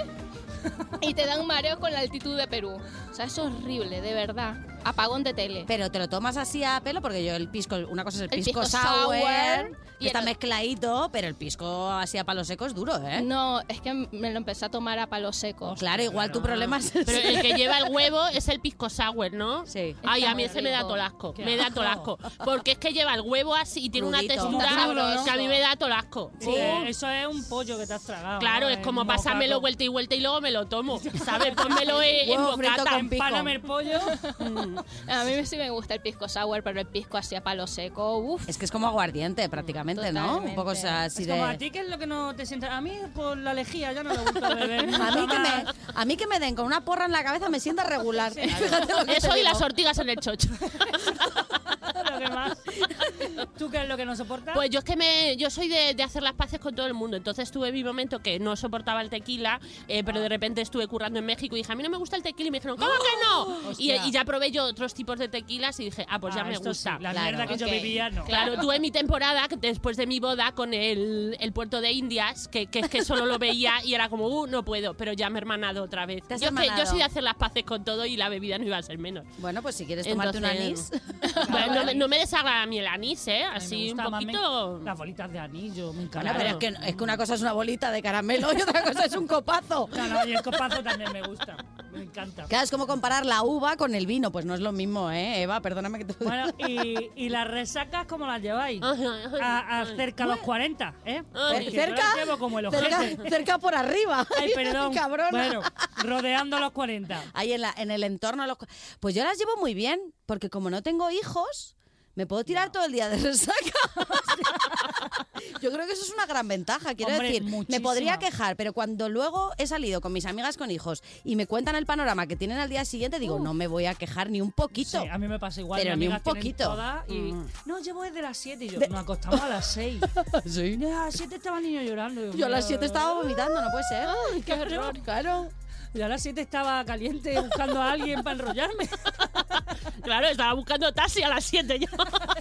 y te dan mareo con la altitud de Perú. O sea, eso es horrible, de verdad. Apagón de tele. Pero te lo tomas así a pelo, porque yo el pisco, una cosa es el El pisco, pisco sour, sour, que y está el- mezcladito, pero el pisco así a palo seco es duro, ¿eh? No, es que me lo empecé a tomar a palo seco. Claro, igual tu problema es Pero el que lleva el huevo es el pisco sour, ¿no? Sí. Ay, Está a mí muy ese me da rico. tolasco. Qué Me da asco. tolasco. Porque es que lleva el huevo así y tiene Crudito. una textura Está sabroso. que a mí me da tolasco. Sí, eh, eso es un pollo que te has tragado. Claro, ¿no? es como En pasármelo mocaco. vuelta y vuelta y luego me lo tomo. ¿Sabes? Pónmelo en, en Huevo frito bocata. con pico. Empálame el pollo. A mí sí me gusta el pisco sour, pero el pisco así a palo seco, uff. Es que es como aguardiente prácticamente, ¿no? Un Totalmente. poco o sea, así Es de... como a ti, ¿qué es lo que no te sienta? A mí, por la lejía, ya no me gusta beber. A mí, que Más. me, a mí que me den con una porra en la cabeza me sienta regular. Fíjate lo que te Eso y digo. las ortigas en el chocho. Lo que más. ¿Tú qué es lo que no soportas? Pues yo es que me, yo soy de, de hacer las paces con todo el mundo. Entonces tuve mi momento que no soportaba el tequila, eh, pero de repente estuve currando en México y dije, a mí no me gusta el tequila. Y me dijeron, ¿cómo que no? Y, Hostia. y ya probé yo otros tipos de tequilas y dije, ah, pues ya Ah, me esto gusta. sí, la Claro. mierda que yo Ok. vivía, no. Claro, tuve mi temporada que después de mi boda con el, el puerto de Indias, que, que es que solo lo veía y era como, uh, no puedo, pero ya me he hermanado otra vez. ¿Te has Yo, es que- yo hermanado? soy de hacer las paces con todo y la bebida no iba a ser menos. Bueno, pues si quieres tomarte un anís... Entonces, bueno, no, me- no me desagrada a mí el anís, ¿eh? A mí me Así así un gusta más, me- poquito. Las bolitas de anillo, me encanta. Bueno, pero es que, es que una cosa es una bolita de caramelo y otra cosa es un copazo. No, no, y el copazo también me gusta. Me encanta. Claro, es como comparar la uva con el vino. Pues no es lo mismo, ¿eh, Eva? Perdóname que te... Bueno, y, y las resacas, ¿cómo las lleváis? A, a cerca a los cuarenta, ¿eh? Ay, Porque yo cerca, las llevo como el cerca, ojete. cerca por arriba. Ay, perdón. Cabrona. Bueno, rodeando los cuarenta. Ahí en, la, en el entorno de los... Pues yo las llevo muy bien, porque como no tengo hijos, me puedo tirar todo el día de resaca. Yo creo que eso es una gran ventaja. Quiero Hombre, decir, me muchísima. podría quejar, pero cuando luego he salido con mis amigas con hijos y me cuentan el panorama que tienen al día siguiente, digo, no me voy a quejar ni un poquito. Sí, a mí me pasa igual. Pero mis ni un amigas tienen poquito. todas y, Mm. no, llevo desde las siete y yo, nos acostamos a las seis. Sí. Ya, a las siete estaba el niño llorando. Digo, Yo a las mira, siete estaba vomitando, no puede ser. Ay, qué horror. Claro. Yo a las siete estaba caliente buscando a alguien para enrollarme. Claro, estaba buscando taxi a las siete yo.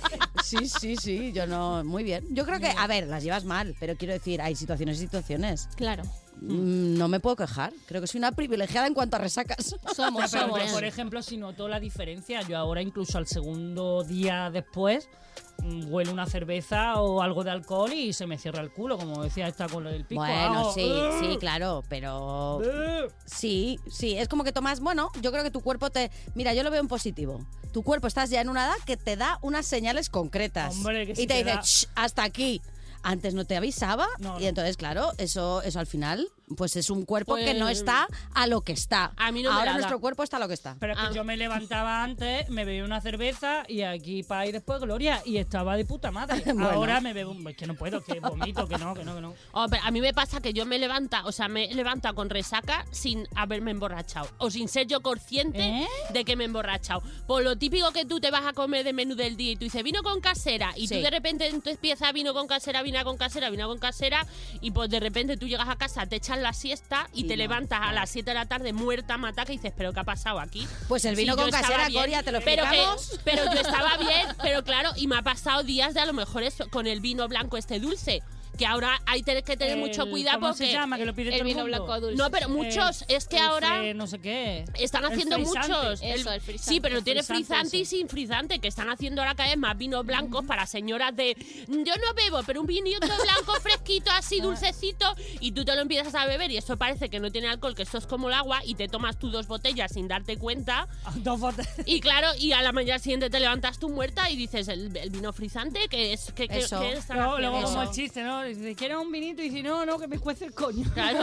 Sí, sí, sí, yo no, muy bien. Yo creo que, a ver, las llevas mal, pero quiero decir, hay situaciones y situaciones. Claro. Mm, No me puedo quejar. Creo que soy una privilegiada en cuanto a resacas. Somos, Ya, pero, somos. por ejemplo, si noto la diferencia, yo ahora incluso al segundo día después mm, huelo una cerveza o algo de alcohol y se me cierra el culo, como decía esta con lo del pico. Bueno, Hago, sí, "Ugh, sí, claro, pero ugh". sí, sí, es como que tomas, bueno, yo creo que tu cuerpo te, mira, yo lo veo en positivo. Tu cuerpo estás ya en una edad que te da unas señales concretas Hombre, que y si te te dice, da- "Shh, hasta aquí." Antes no te avisaba No, y no. entonces, claro, eso, eso al final, pues es un cuerpo Pues, que no está a lo que está. a mí no me Ahora la da. nuestro cuerpo está a lo que está. Pero es que Ah. yo me levantaba antes, me bebía una cerveza y aquí para ir después Gloria y estaba de puta madre. Bueno. Ahora me bebo, un- es que no puedo, que vomito, que no, que no, que no. Oh, pero a mí me pasa que yo me levanta, o sea, me levanta con resaca sin haberme emborrachado. O sin ser yo consciente ¿Eh? de que me he emborrachado. Por lo típico que tú te vas a comer de menú del día y tú dices vino con casera. Y Sí. tú de repente tú empiezas vino con casera, vino con casera, vino con casera. Y pues de repente tú llegas a casa, te echas la siesta y Sí, te no, levantas a claro. las siete de la tarde muerta, mataca y dices, ¿pero qué ha pasado aquí? Pues el vino Sí, con yo estaba casera, bien, Coria, te lo pero que- explicamos. pero yo estaba bien, pero claro, y me ha pasado días de a lo mejor es con el vino blanco este dulce. Que ahora hay te- que tener mucho El- cuidado ¿cómo porque se llama? Que lo pide El todo el vino mundo. blanco dulce. no, pero muchos, Eh, es que el ahora fre- no sé qué. están El haciendo frisante. muchos. Eso, el frisante. Sí, pero tiene frisante frisante y ese. sin frisante, que están haciendo ahora cada vez más vinos blancos para señoras de yo no bebo, pero un vinito blanco fresquito, así dulcecito, y tú te lo empiezas a beber y esto parece que no tiene alcohol, que esto es como el agua, y te tomas tú dos botellas sin darte cuenta. Dos botellas. Y claro, y a la mañana siguiente te levantas tú muerta y dices, el, el vino frisante, que es que, que, Eso. que están Luego, haciendo? luego como Eso. el chiste, ¿no? Dice, ¿quieres un vinito? Y dice, no, no, que me cuece el coño. Claro,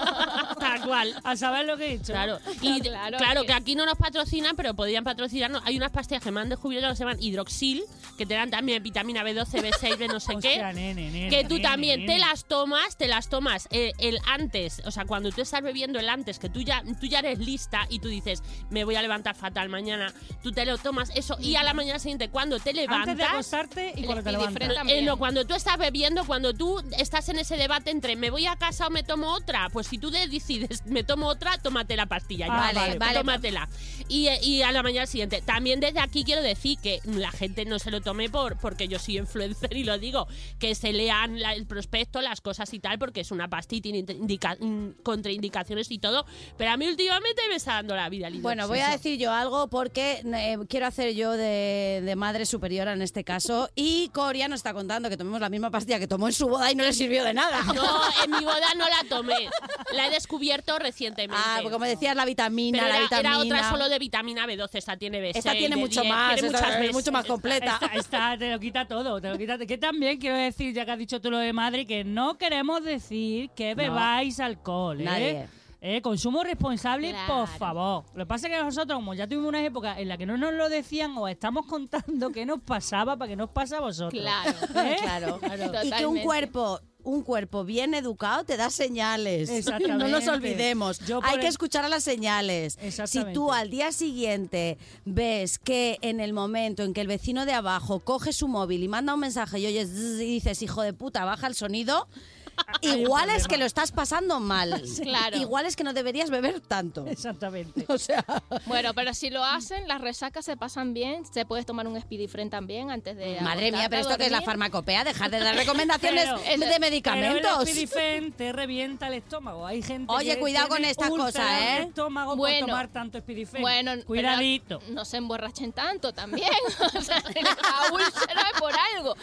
tal cual. A saber lo que he dicho. Claro, y claro, claro, que- que aquí no nos patrocinan, pero podrían patrocinarnos. Hay unas pastillas que me han descubierto que se llaman hidroxil, que te dan también vitamina B doce, B seis, B no sé Hostia, qué. nene, nene, Que tú nene, también nene. te las tomas, te las tomas eh, el antes, o sea, cuando tú estás bebiendo el antes, que tú ya, tú ya eres lista y tú dices, me voy a levantar fatal mañana, tú te lo tomas eso y a la mañana siguiente cuando te levantas... Antes de acostarte y el cuando te Speedy levantas. Friend Eh, también. no, cuando tú estás bebiendo, cuando tú estás en ese debate entre me voy a casa o me tomo otra, pues si tú de- decides me tomo otra, tómate la pastilla. ya, Ah, vale, vale. tómatela. Y, eh, y a la mañana siguiente. También desde aquí quiero decir que la gente no se lo tome por porque yo soy influencer y lo digo, que se lean la- el prospecto, las cosas y tal, porque es una pastilla y tiene indica- in- contraindicaciones y todo, pero a mí últimamente me está dando la vida libre. Bueno, voy a decir yo algo porque eh, quiero hacer yo de, de madre superiora en este caso. Y Coria nos está contando que tomemos la misma pastilla que tomó en su boda y no le sirvió de nada. No, en mi boda no la tomé. La he descubierto recientemente. Ah, porque como decías, la vitamina, Pero la era, vitamina. era otra solo de vitamina B doce, esta tiene B seis. Esta tiene B mucho diez, más, tiene esta muchas es veces. mucho más completa. Esta, esta te lo quita todo, te lo quita. Que también quiero decir, ya que has dicho tú lo de madre, que no queremos decir que bebáis alcohol, ¿eh? Nadie. Eh, consumo responsable, Claro. por favor. Lo que pasa es que nosotros, como ya tuvimos unas épocas en las que no nos lo decían, os estamos contando qué nos pasaba para que nos pase a vosotros. Claro. ¿Eh? Claro. Claro. Y que un Totalmente. cuerpo, un cuerpo bien educado te da señales. Exactamente. No nos olvidemos. Yo por Hay que el- escuchar a las señales. Si Exactamente. tú al día siguiente ves que en el momento en que el vecino de abajo coge su móvil y manda un mensaje y oyes zzz y dices, hijo de puta, baja el sonido, igual es que lo estás pasando mal. Claro. Igual es que no deberías beber tanto. Exactamente. O sea, Bueno, pero si lo hacen, las resacas se pasan bien. Se puedes tomar un Speedy Friend también antes de. madre mía, acostarte pero a esto que es la dormir. farmacopea, dejar de dar recomendaciones Pero- de Pero medicamentos. el Spidifen te revienta el estómago. Hay gente Oye, que cuidado tiene con estas úlceras cosas, de ¿eh? estómago Bueno. por tomar tanto Spidifen. Bueno, pero cuidadito. no se emborrachen tanto también. O sea, la úlcera es por algo.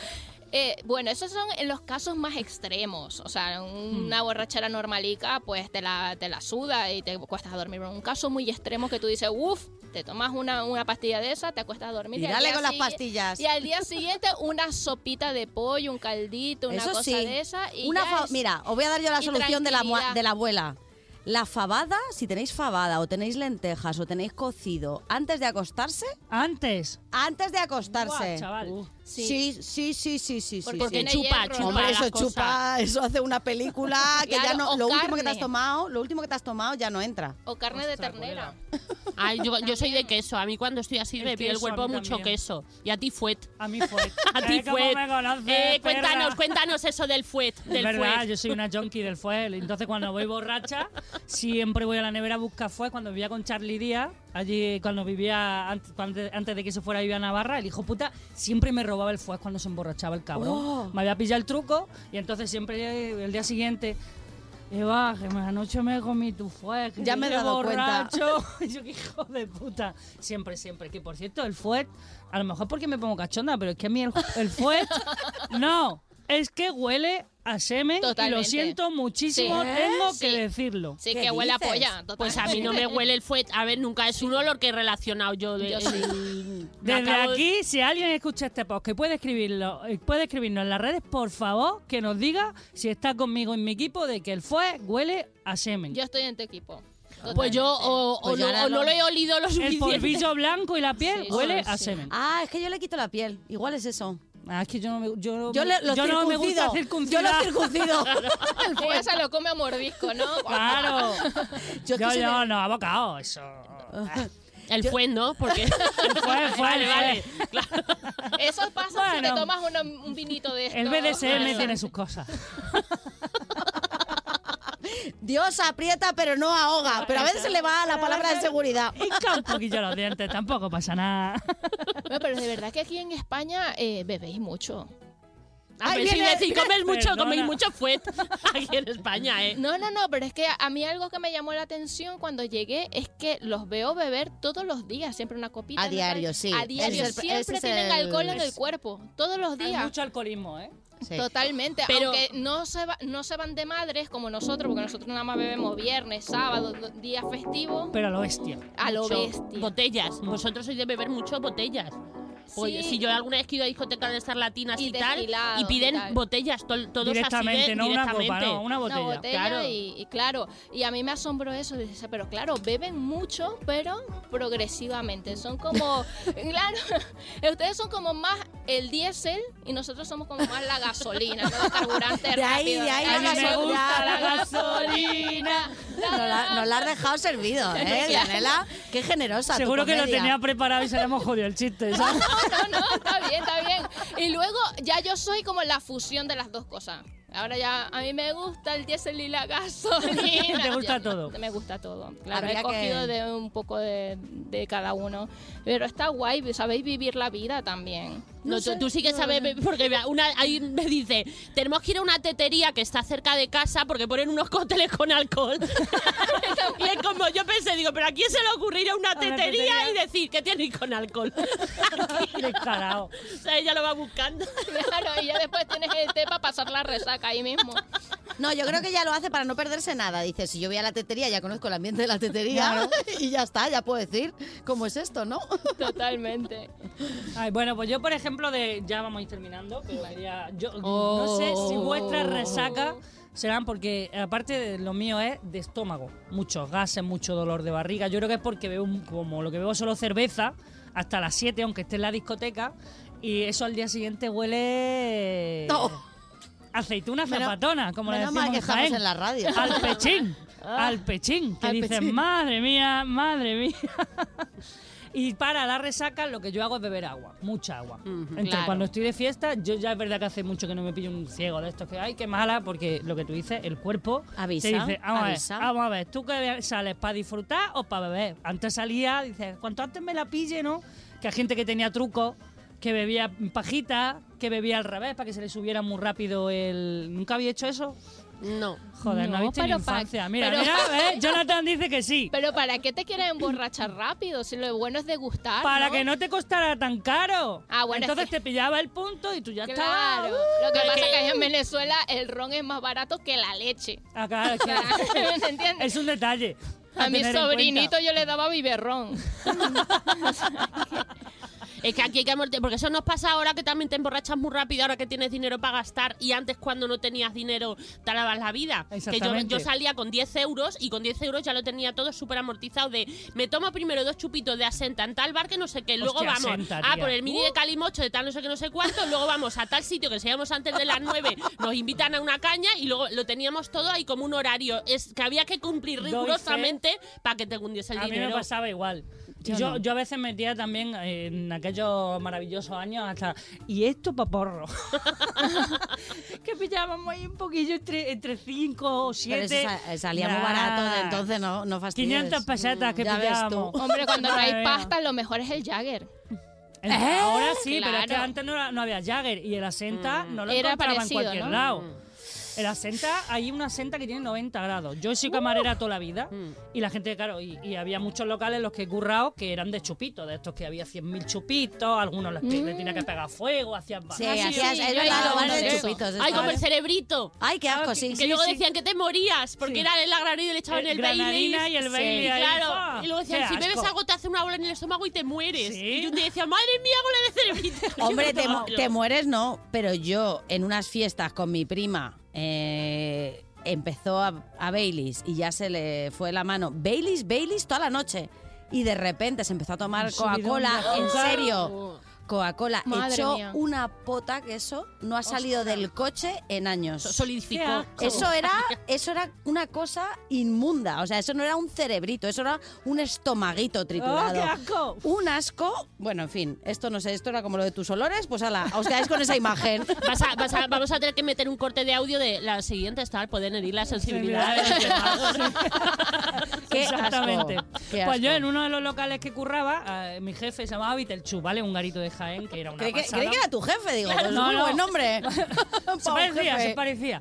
Eh, bueno, esos son en los casos más extremos. O sea, una borrachera normalica, pues te la, te la suda y te cuestas a dormir. Pero un caso muy extremo que tú dices, uff, te tomas una, una pastilla de esa, te acuestas a dormir. Y al dale día con las sigui- pastillas. Y al día siguiente una sopita de pollo, un caldito, una Eso cosa sí. de esa. Y Una ya fa- es- Mira, os voy a dar yo la y solución de la, mua- tranquilidad. de la abuela. La fabada, si tenéis fabada o tenéis lentejas o tenéis cocido antes de acostarse, Antes. antes de acostarse. Buah, chaval. Uh, Sí. sí, sí, sí, sí, sí. Porque sí, Porque sí. tiene chupa, hierro, chupa Hombre, las eso cosas. chupa, eso hace una película que ya Claro, no, o lo último que te has carne. tomado, lo último que te has tomado ya no entra. O carne de ternera. Ay, yo, yo soy de queso. A mí cuando estoy así El me pide el queso, a cuerpo mí mucho también. queso. Y a ti fuet. A mí fue. A ti Eh, ¿cómo fuet. me conoces, Eh, perra? cuéntanos, cuéntanos eso del fuet. Es Del verdad, fuet. yo soy una junkie del fuet. Entonces, cuando voy borracha, siempre voy a la nevera a buscar fuet. Cuando vivía con Charlie Díaz, allí cuando vivía, antes, cuando- antes de que se fuera a vivir a Navarra, el hijo puta siempre me robaba el fuet cuando se emborrachaba el cabrón. Oh. Me había pillado el truco y entonces siempre el día siguiente. Eva, que me- anoche me comí tu fuet. que Ya me he llegué dado cuenta. borracho. Y yo, qué hijo de puta. Siempre, siempre. Que por cierto, el fuet, a lo mejor porque me pongo cachonda, pero es que a mí el, el fuet, no. Es que huele a semen y lo Totalmente. siento muchísimo, Sí. tengo Sí. que decirlo. Sí, ¿Qué que huele a dices? polla. Pues a mí no me huele el fuet. A ver, nunca es un olor que he relacionado yo. De, Yo sí. el- me Desde acabo de- aquí, si alguien escucha este podcast y puede escribirlo, eh, puede escribirnos en las redes, por favor, que nos diga si está conmigo en mi equipo de que el fuet huele a semen. Yo estoy en tu equipo. Pues yo o, o Pues no, ahora o no no. lo he olido lo El suficiente. polvillo blanco y la piel Sí, huele sí, a sí. semen. Ah, es que yo le quito la piel. Igual es eso. Ah, es que yo no me, yo, Yo, le, lo yo no me gusta circuncido. circuncidar. Yo lo circuncido. Ella se lo come a mordisco, ¿no? Claro. Yo yo, es que soy yo, de- no, abocado, eso. El fuet, ¿no? Porque... Fue, fue, vale, vale. Eso pasa si Bueno. te tomas una- un vinito de esto. El B D S M Vale. tiene sus cosas. Dios aprieta pero no ahoga. Pero a veces se le va la palabra de seguridad. Hinca un poquillo los dientes, tampoco pasa nada. Bueno, pero de verdad que aquí en España eh, bebéis mucho. A Ahí ver, si viene- decís comes mucho, Perdona. coméis mucho fuet aquí en España, ¿eh? No, no, no, pero es que a mí algo que me llamó la atención cuando llegué es que los veo beber todos los días, siempre una copita. A me diario, parece. sí. A diario, Ese es el- siempre ese es tienen el- alcohol en el cuerpo, todos los Hay días. mucho alcoholismo, ¿eh? Sí. Totalmente, Pero- aunque no se, va- no se van de madres como nosotros, porque nosotros nada más bebemos viernes, sábado, do- días festivos, Pero a lo bestia. a lo Mucho. bestia. Botellas. Vosotros sois de beber mucho botellas. Oye, Sí. si yo alguna vez que he ido a discotecas de estas latinas y, Y tal, destilado y piden y tal. botellas, to- todos Directamente, así de, no una directamente. copa, no, una botella. Una botella claro. y, y claro, y a mí me asombró eso, dice, pero claro, beben mucho, pero progresivamente, son como, claro, ustedes son como más el diésel y nosotros somos como más la gasolina, ¿no? El carburante De ahí, rápido. de ahí A la mí me gasolina. gusta la gasolina. Nos la, nos la has dejado servido, ¿eh, Dianela? Qué generosa. tu Seguro que lo comedia. tenía preparado y se le hemos jodido el chiste, ¿sabes? No, no, está bien, está bien. Y luego ya yo soy como la fusión de las dos cosas. Ahora ya a mí me gusta el diésel y la gasolina. Te gusta Ya, todo. Me gusta todo. Claro, Habría he cogido que- de un poco de, de cada uno. Pero está guay, sabéis vivir la vida también. No, tú, tú sí que sabes, porque mira, una, ahí me dice, tenemos que ir a una tetería que está cerca de casa porque ponen unos cócteles con alcohol. Y es como, yo pensé, digo, pero ¿a quién se le ocurre ir a una una tetería, tetería. y decir que tiene con alcohol? Descarado. O sea, ella lo va buscando. Claro, y ya después tienes el té para pasar la resaca ahí mismo. No, yo creo que ella lo hace para no perderse nada. Dice, si yo voy a la tetería, ya conozco el ambiente de la tetería y ya está, ya puedo decir cómo es esto, ¿no? Totalmente. Ay, bueno, pues yo, por ejemplo, de ya vamos a ir terminando, pero quería, yo no sé si vuestras resacas serán porque, aparte de lo mío, es de estómago. Muchos gases, mucho dolor de barriga. Yo creo que es porque bebo, un- como lo que bebo solo cerveza, hasta las siete, aunque esté en la discoteca, y eso al día siguiente huele... No. Aceituna Menos- zapatona, como le Menos decimos mal que en estamos Jaén. en la radio. Al pechín, al pechín, que al dices, pechín. madre mía, madre mía. Y para la resaca lo que yo hago es beber agua, mucha agua. Entre claro. cuando estoy de fiesta, yo ya es verdad que hace mucho que no me pillo un ciego de estos que ay, qué mala, porque lo que tú dices, el cuerpo Avisa, te dice, vamos avisa. a ver, vamos a ver, tú que sales para disfrutar o para beber. Antes salía, dices, cuanto antes me la pille, ¿no? Que hay gente que tenía trucos, que bebía pajita, que bebía al revés para que se le subiera muy rápido el... ¿Nunca había hecho eso? No. Joder, no, No, habéis tenido pero pa- infancia. Mira, pero- mira, ¿eh? Jonathan dice que sí. Pero ¿para qué te quieres emborrachar rápido? Si lo bueno es degustar, Para ¿no? que no te costara tan caro. Ah, bueno, es Entonces que- te pillaba el punto y tú ya Claro. estabas. Lo que Pero pasa que- es que allá en Venezuela el ron es más barato que la leche. Acá, es, que- ¿Me entiendes? es un detalle. A mi tener en sobrinito cuenta. yo le daba biberrón. Es que aquí hay que amortizar, porque eso nos pasa ahora que también te emborrachas muy rápido, ahora que tienes dinero para gastar y antes cuando no tenías dinero te dabas la vida. Que yo, Exactamente. yo salía con diez euros y con diez euros ya lo tenía todo súper amortizado de me tomo primero dos chupitos de Asenta en tal bar que no sé qué, luego Hostia, vamos Asenta, a tía. por el mini de Calimocho de tal no sé qué no sé cuánto, luego vamos a tal sitio que seamos antes de las nueve, nos invitan a una caña y luego lo teníamos todo ahí como un horario. Es que había que cumplir Doy rigurosamente para que te cundiese el A mí dinero. me pasaba igual. Yo Yo, no. yo a veces metía también en aquellos maravillosos años hasta. ¿Y esto pa' porro? que pillábamos ahí un poquillo entre, entre cinco o Pero siete. eso sa- salía muy Nah. barato, de entonces no, no fastidies. quinientas pesetas que Ya ves pillábamos. tú. Hombre, cuando no hay Madre mía. pasta, lo mejor es el Jagger. El- Ahora sí, pero es que Claro. antes no, era- no había Jagger y el Asenta no lo Era encontraba parecido, en cualquier ¿no? lado. El Asenta, hay una Asenta que tiene noventa grados. Yo he sido camarera toda la vida y la gente, claro, y, y había muchos locales en los que he currado que eran de chupitos, de estos que había cien mil chupitos, algunos les, le tenía que pegar fuego, hacían Sí, Ah, hacías, sí, es yo he verdad, ido a van uno de de esos. chupitos. Ay, como ¿sabes? el cerebrito. Ay, qué asco, sí. Que Sí, luego sí. decían que te morías porque Sí. era el agranillo y le echaban Eh, el granadina Baileys. y el Sí, Baileys ahí, claro. ¡fua! Y luego decían, Qué si bebes asco. algo te hace una bola en el estómago y te mueres. Sí. Y yo un día decía, madre mía, bola de cerebrito. Hombre, te, mu- Yo, te mueres no, pero yo en unas fiestas con mi prima eh, empezó a, a Baileys y ya se le fue la mano. Baileys, Baileys toda la noche. Y de repente se empezó a tomar Un subidón Coca-Cola, de en azúcar. serio. Coca-Cola Madre echó mía. una pota que eso no ha salido del coche en años. solidificó. Qué asco. Eso era, eso era una cosa inmunda. O sea, eso no era un cerebrito, eso era un estomaguito ¡Oh, triturado. qué asco! Un asco. Bueno, en fin, esto no sé, esto era como lo de tus olores, pues ala, os quedáis con esa imagen. Vas a- vas a- vamos a tener que meter un corte de audio de la siguiente, tal, pueden herir la sensibilidad. de los demás. Qué asco, Exactamente. qué Pues yo asco. en uno de los locales que curraba, eh, mi jefe se llamaba Vitelchu, ¿vale? Un garito de Jaén, que era una Creí que, pasada. creí que era tu jefe, digo, pues No, muy no. buen nombre. Se Pa' un parecía, jefe. se parecía.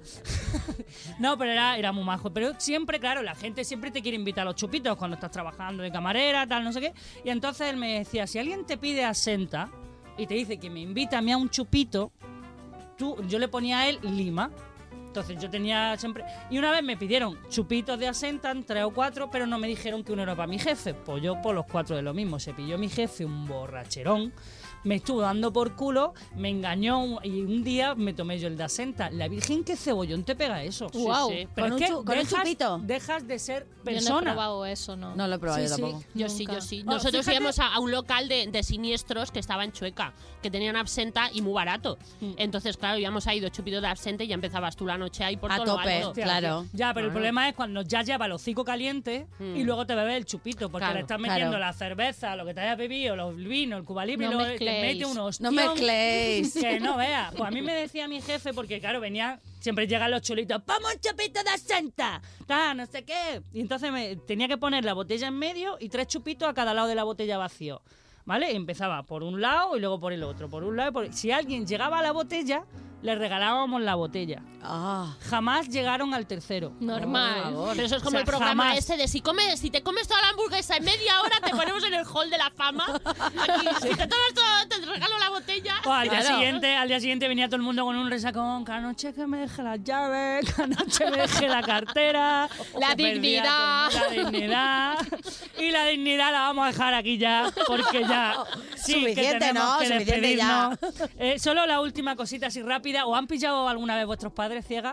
No, pero era, era muy majo. Pero siempre, claro, la gente siempre te quiere invitar a los chupitos cuando estás trabajando de camarera, tal, no sé qué. Y entonces él me decía, si alguien te pide asenta y te dice que me invita a mí a un chupito, tú, yo le ponía a él lima. Entonces yo tenía siempre... Y una vez me pidieron chupitos de asenta, tres o cuatro, pero no me dijeron que uno era para mi jefe. Pues yo por los cuatro de lo mismo. Se pilló mi jefe un borracherón, me estuvo dando por culo, me engañó un- y un día me tomé yo el de asenta. La virgen, qué cebollón te pega eso. Sí, Guau. sí. Pero ¿Con es un que chu- con un dejas, chupito? dejas de ser Yo no he persona. probado eso, ¿no? No lo he probado Sí, yo sí. tampoco. Yo sí, Nunca. yo sí. Oh, Nosotros fíjate- íbamos a, a un local de, de siniestros que estaba en Chueca, que tenían absenta y muy barato. Mm. Entonces, claro, íbamos ahí dos chupitos de absenta y ya empezabas tú la noche ahí por A todo lo tope. alto. Hostia, Claro. Ya, pero el Claro. problema es cuando ya lleva el hocico caliente y luego te bebes el chupito, porque Claro, le estás metiendo claro. la cerveza, lo que te hayas bebido, los vinos, el cuba libre, No y luego te mezcléis. mete unos No mezcléis. Que no veas. Pues a mí me decía mi jefe, porque claro, venía, siempre llegan los chulitos, ¡vamos un chupito de asenta! Ta, no sé qué. Y entonces me tenía que poner la botella en medio y tres chupitos a cada lado de la botella vacío. ¿Vale? Y empezaba por un lado y luego por el otro, por un lado y por... Si alguien llegaba a la botella, le regalábamos la botella. Ah, Jamás llegaron al tercero. Normal. Pero eso es como O sea, el programa jamás. este de si comes, si te comes toda la hamburguesa en media hora, te ponemos en el hall de la fama. Aquí, si te tomas todo, te regalo la botella. O al día Claro. siguiente, al día siguiente venía todo el mundo con un resacón, que anoche que me deje las llaves, que anoche me deje la cartera. La Se perdía dignidad. todo el mundo, La dignidad. Y la dignidad la vamos a dejar aquí ya, porque ya sí que Suficiente, tenemos ¿no? que Suficiente ya. despedirnos. Eh, solo la última cosita así rápida. ¿O han pillado alguna vez vuestros padres ciegas?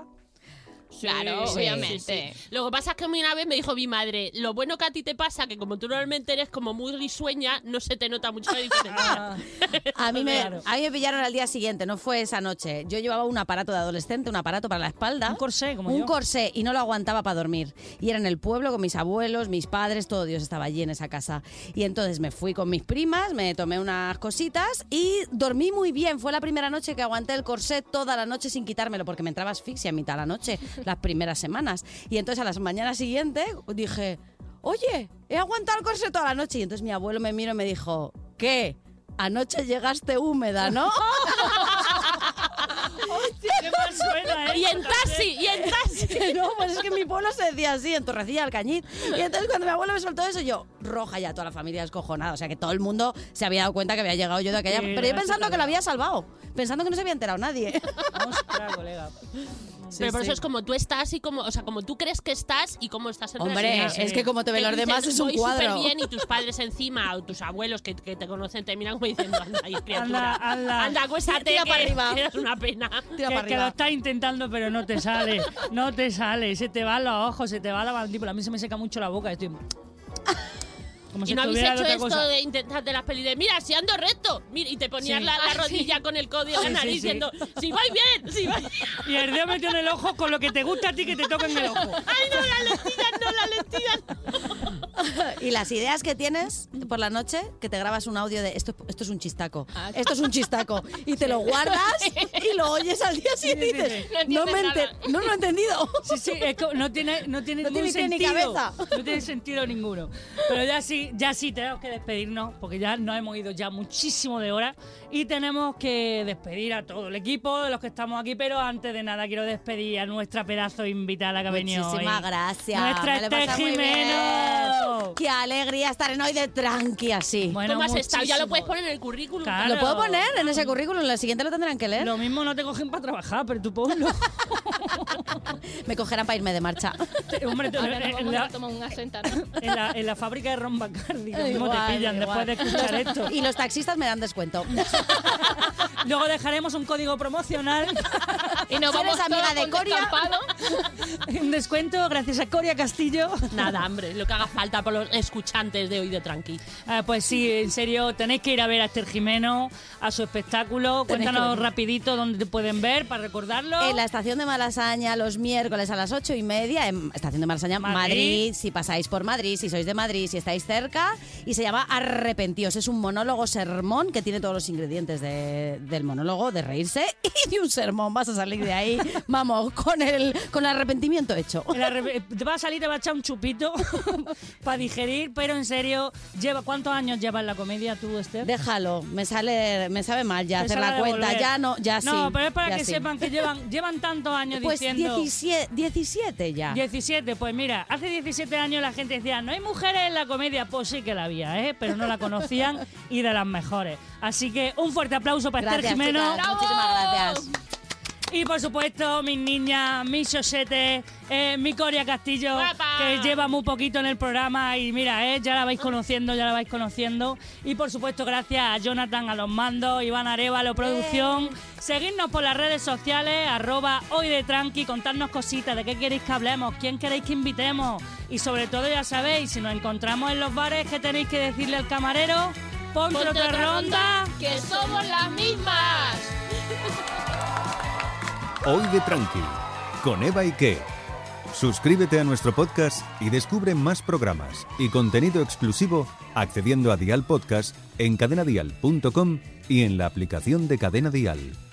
Claro, Sí, obviamente. sí, sí. Lo que pasa es que a mí una vez me dijo mi madre, lo bueno que a ti te pasa, que como tú normalmente eres como muy risueña, no se te nota mucho la diferencia. Ah, a mí, me, Claro. a mí me pillaron al día siguiente, no fue esa noche. Yo llevaba un aparato de adolescente, un aparato para la espalda. un corsé, como un yo. corsé y no lo aguantaba para dormir. Y era en el pueblo con mis abuelos, mis padres, todo Dios estaba allí en esa casa. Y entonces me fui con mis primas, me tomé unas cositas y dormí muy bien. Fue la primera noche que aguanté el corsé toda la noche sin quitármelo porque me entraba asfixia a mitad de la noche, las primeras semanas. Y entonces a las mañanas siguientes dije, oye, he aguantado el corsé toda la noche. Y entonces mi abuelo me miró y me dijo, ¿qué? Anoche llegaste húmeda, ¿no? Hostia, qué mal suena, ¿eh? Y en taxi, y en taxi. Que no, pues es que en mi pueblo se decía así, en Torrecilla, Alcañiz. Y entonces cuando mi abuelo me soltó eso, yo, roja ya, toda la familia descojonada. O sea, que todo el mundo se había dado cuenta que había llegado yo de aquella... Sí, Pero yo la pensando has que lo había salvado, pensando que no se había enterado nadie. Ostras, colega. Pero por sí. eso es como tú estás y como, o sea, como tú crees que estás y cómo estás en Hombre, realidad. es que como te ven Que los dices, demás es un "Voy cuadro". superbién", y tus padres encima o tus abuelos que, que te conocen te miran como diciendo, anda, ahí, criatura. Anda, anda. Anda, acuéstate, Tira que para arriba. eres una pena. Tira Que, para que lo arriba. estás intentando, pero no te sale. No te sale. Se te van los ojos, se te va la mandíbula. A mí se me seca mucho la boca. Estoy... Como Y si no habéis estuviera hecho de esto otra cosa. de intentar de las pelis de, mira, si ando recto. Mira, y te ponías Sí. la, la Ah, rodilla con el codo y Sí, la sí, nariz sí. diciendo, si vais bien, si vais bien. Y el dedo metido en el ojo con lo que te gusta a ti que te toque en el ojo. Ay, no, las lentillas no, las lentillas no. Y las ideas que tienes por la noche, que te grabas un audio de esto, esto es un chistaco, esto es un chistaco, y te lo guardas y lo oyes al día siguiente y Sí, sí, dices, sí. no, No me entiendes enter- no lo he entendido. Sí, sí, es que no tiene, no tiene No ningún tiene ni pie ni sentido. cabeza. No tiene sentido ninguno. Pero ya sí, ya sí tenemos que despedirnos, porque ya nos hemos ido ya muchísimo de horas y tenemos que despedir a todo el equipo de los que estamos aquí, pero antes de nada quiero despedir a nuestra pedazo invitada que ha venido Muchísimas hoy. gracias. Nuestra me lo he pasado Esther muy Jimeno. bien. Qué alegría estar en hoy de tranqui así. Bueno, ¿Cómo has estado? Ya lo muchísimo. puedes poner en el currículum. Claro. Lo puedo poner en ese currículum, en el siguiente lo tendrán que leer. Lo mismo no te cogen para trabajar, pero tú ponlo. Me cogerán para irme de marcha. Hombre, tú- Ahora nos en, vamos la, a tomar un asenta, ¿no? en, la, en la fábrica de Ron Bacardi, lo mismo Igual, te pillan igual. después de escuchar esto. Y los taxistas me dan descuento. Luego dejaremos un código promocional, Y nos Si eres vamos amiga todos de con Coria. descampado. un descuento gracias a Coria Castillo. Nada, hombre, lo que haga falta por los escuchantes de hoy de Tranqui. Ah, pues sí, en serio, tenéis que ir a ver a Esther Jimeno, a su espectáculo. Tenéis Cuéntanos que venir. rapidito dónde te pueden ver para recordarlo. En la estación de Malasaña los miércoles a las ocho y media, en estación de Malasaña, Madrid. Madrid. Si pasáis por Madrid, si sois de Madrid, si estáis cerca. Y se llama Arrepentíos. Es un monólogo sermón que tiene todos los ingredientes de- del monólogo, de reírse y de un sermón. Vas a salir de ahí, vamos, con el, con el arrepentimiento hecho. El arre- Te va a salir, te va a echar un chupito para digerir, pero en serio, lleva ¿cuántos años llevas en la comedia tú, Esther? Déjalo, me sale, me sabe mal ya Te hacer sale la de cuenta. volver. Ya no, ya sí. No, pero es para ya que sí. sepan que llevan, llevan tantos años Pues diciendo... diecisiete, diecisiete ya. diecisiete, pues mira, hace diecisiete años la gente decía, no hay mujeres en la comedia, pues sí que la había, ¿eh? Pero no la conocían y de las mejores. Así que un fuerte aplauso para Gracias, Esther Jimeno. chicas, muchísimas gracias. Y por supuesto, mis niñas, mis Xosetes, eh, mi Coria Castillo, ¡Guapa! que lleva muy poquito en el programa y mira, eh, ya la vais conociendo, ya la vais conociendo. Y por supuesto, gracias a Jonathan a los mandos, Iván Arevalo, producción. Seguidnos por las redes sociales, arroba hoy de tranqui, contarnos cositas, de qué queréis que hablemos, quién queréis que invitemos. Y sobre todo, ya sabéis, si nos encontramos en los bares, ¿qué tenéis que decirle al camarero? Ponte, Ponte otra ronda. que somos las mismas. Hoy de Tranqui, con Eva Ike. Suscríbete a nuestro podcast y descubre más programas y contenido exclusivo accediendo a Dial Podcast en cadena dial punto com y en la aplicación de Cadena Dial.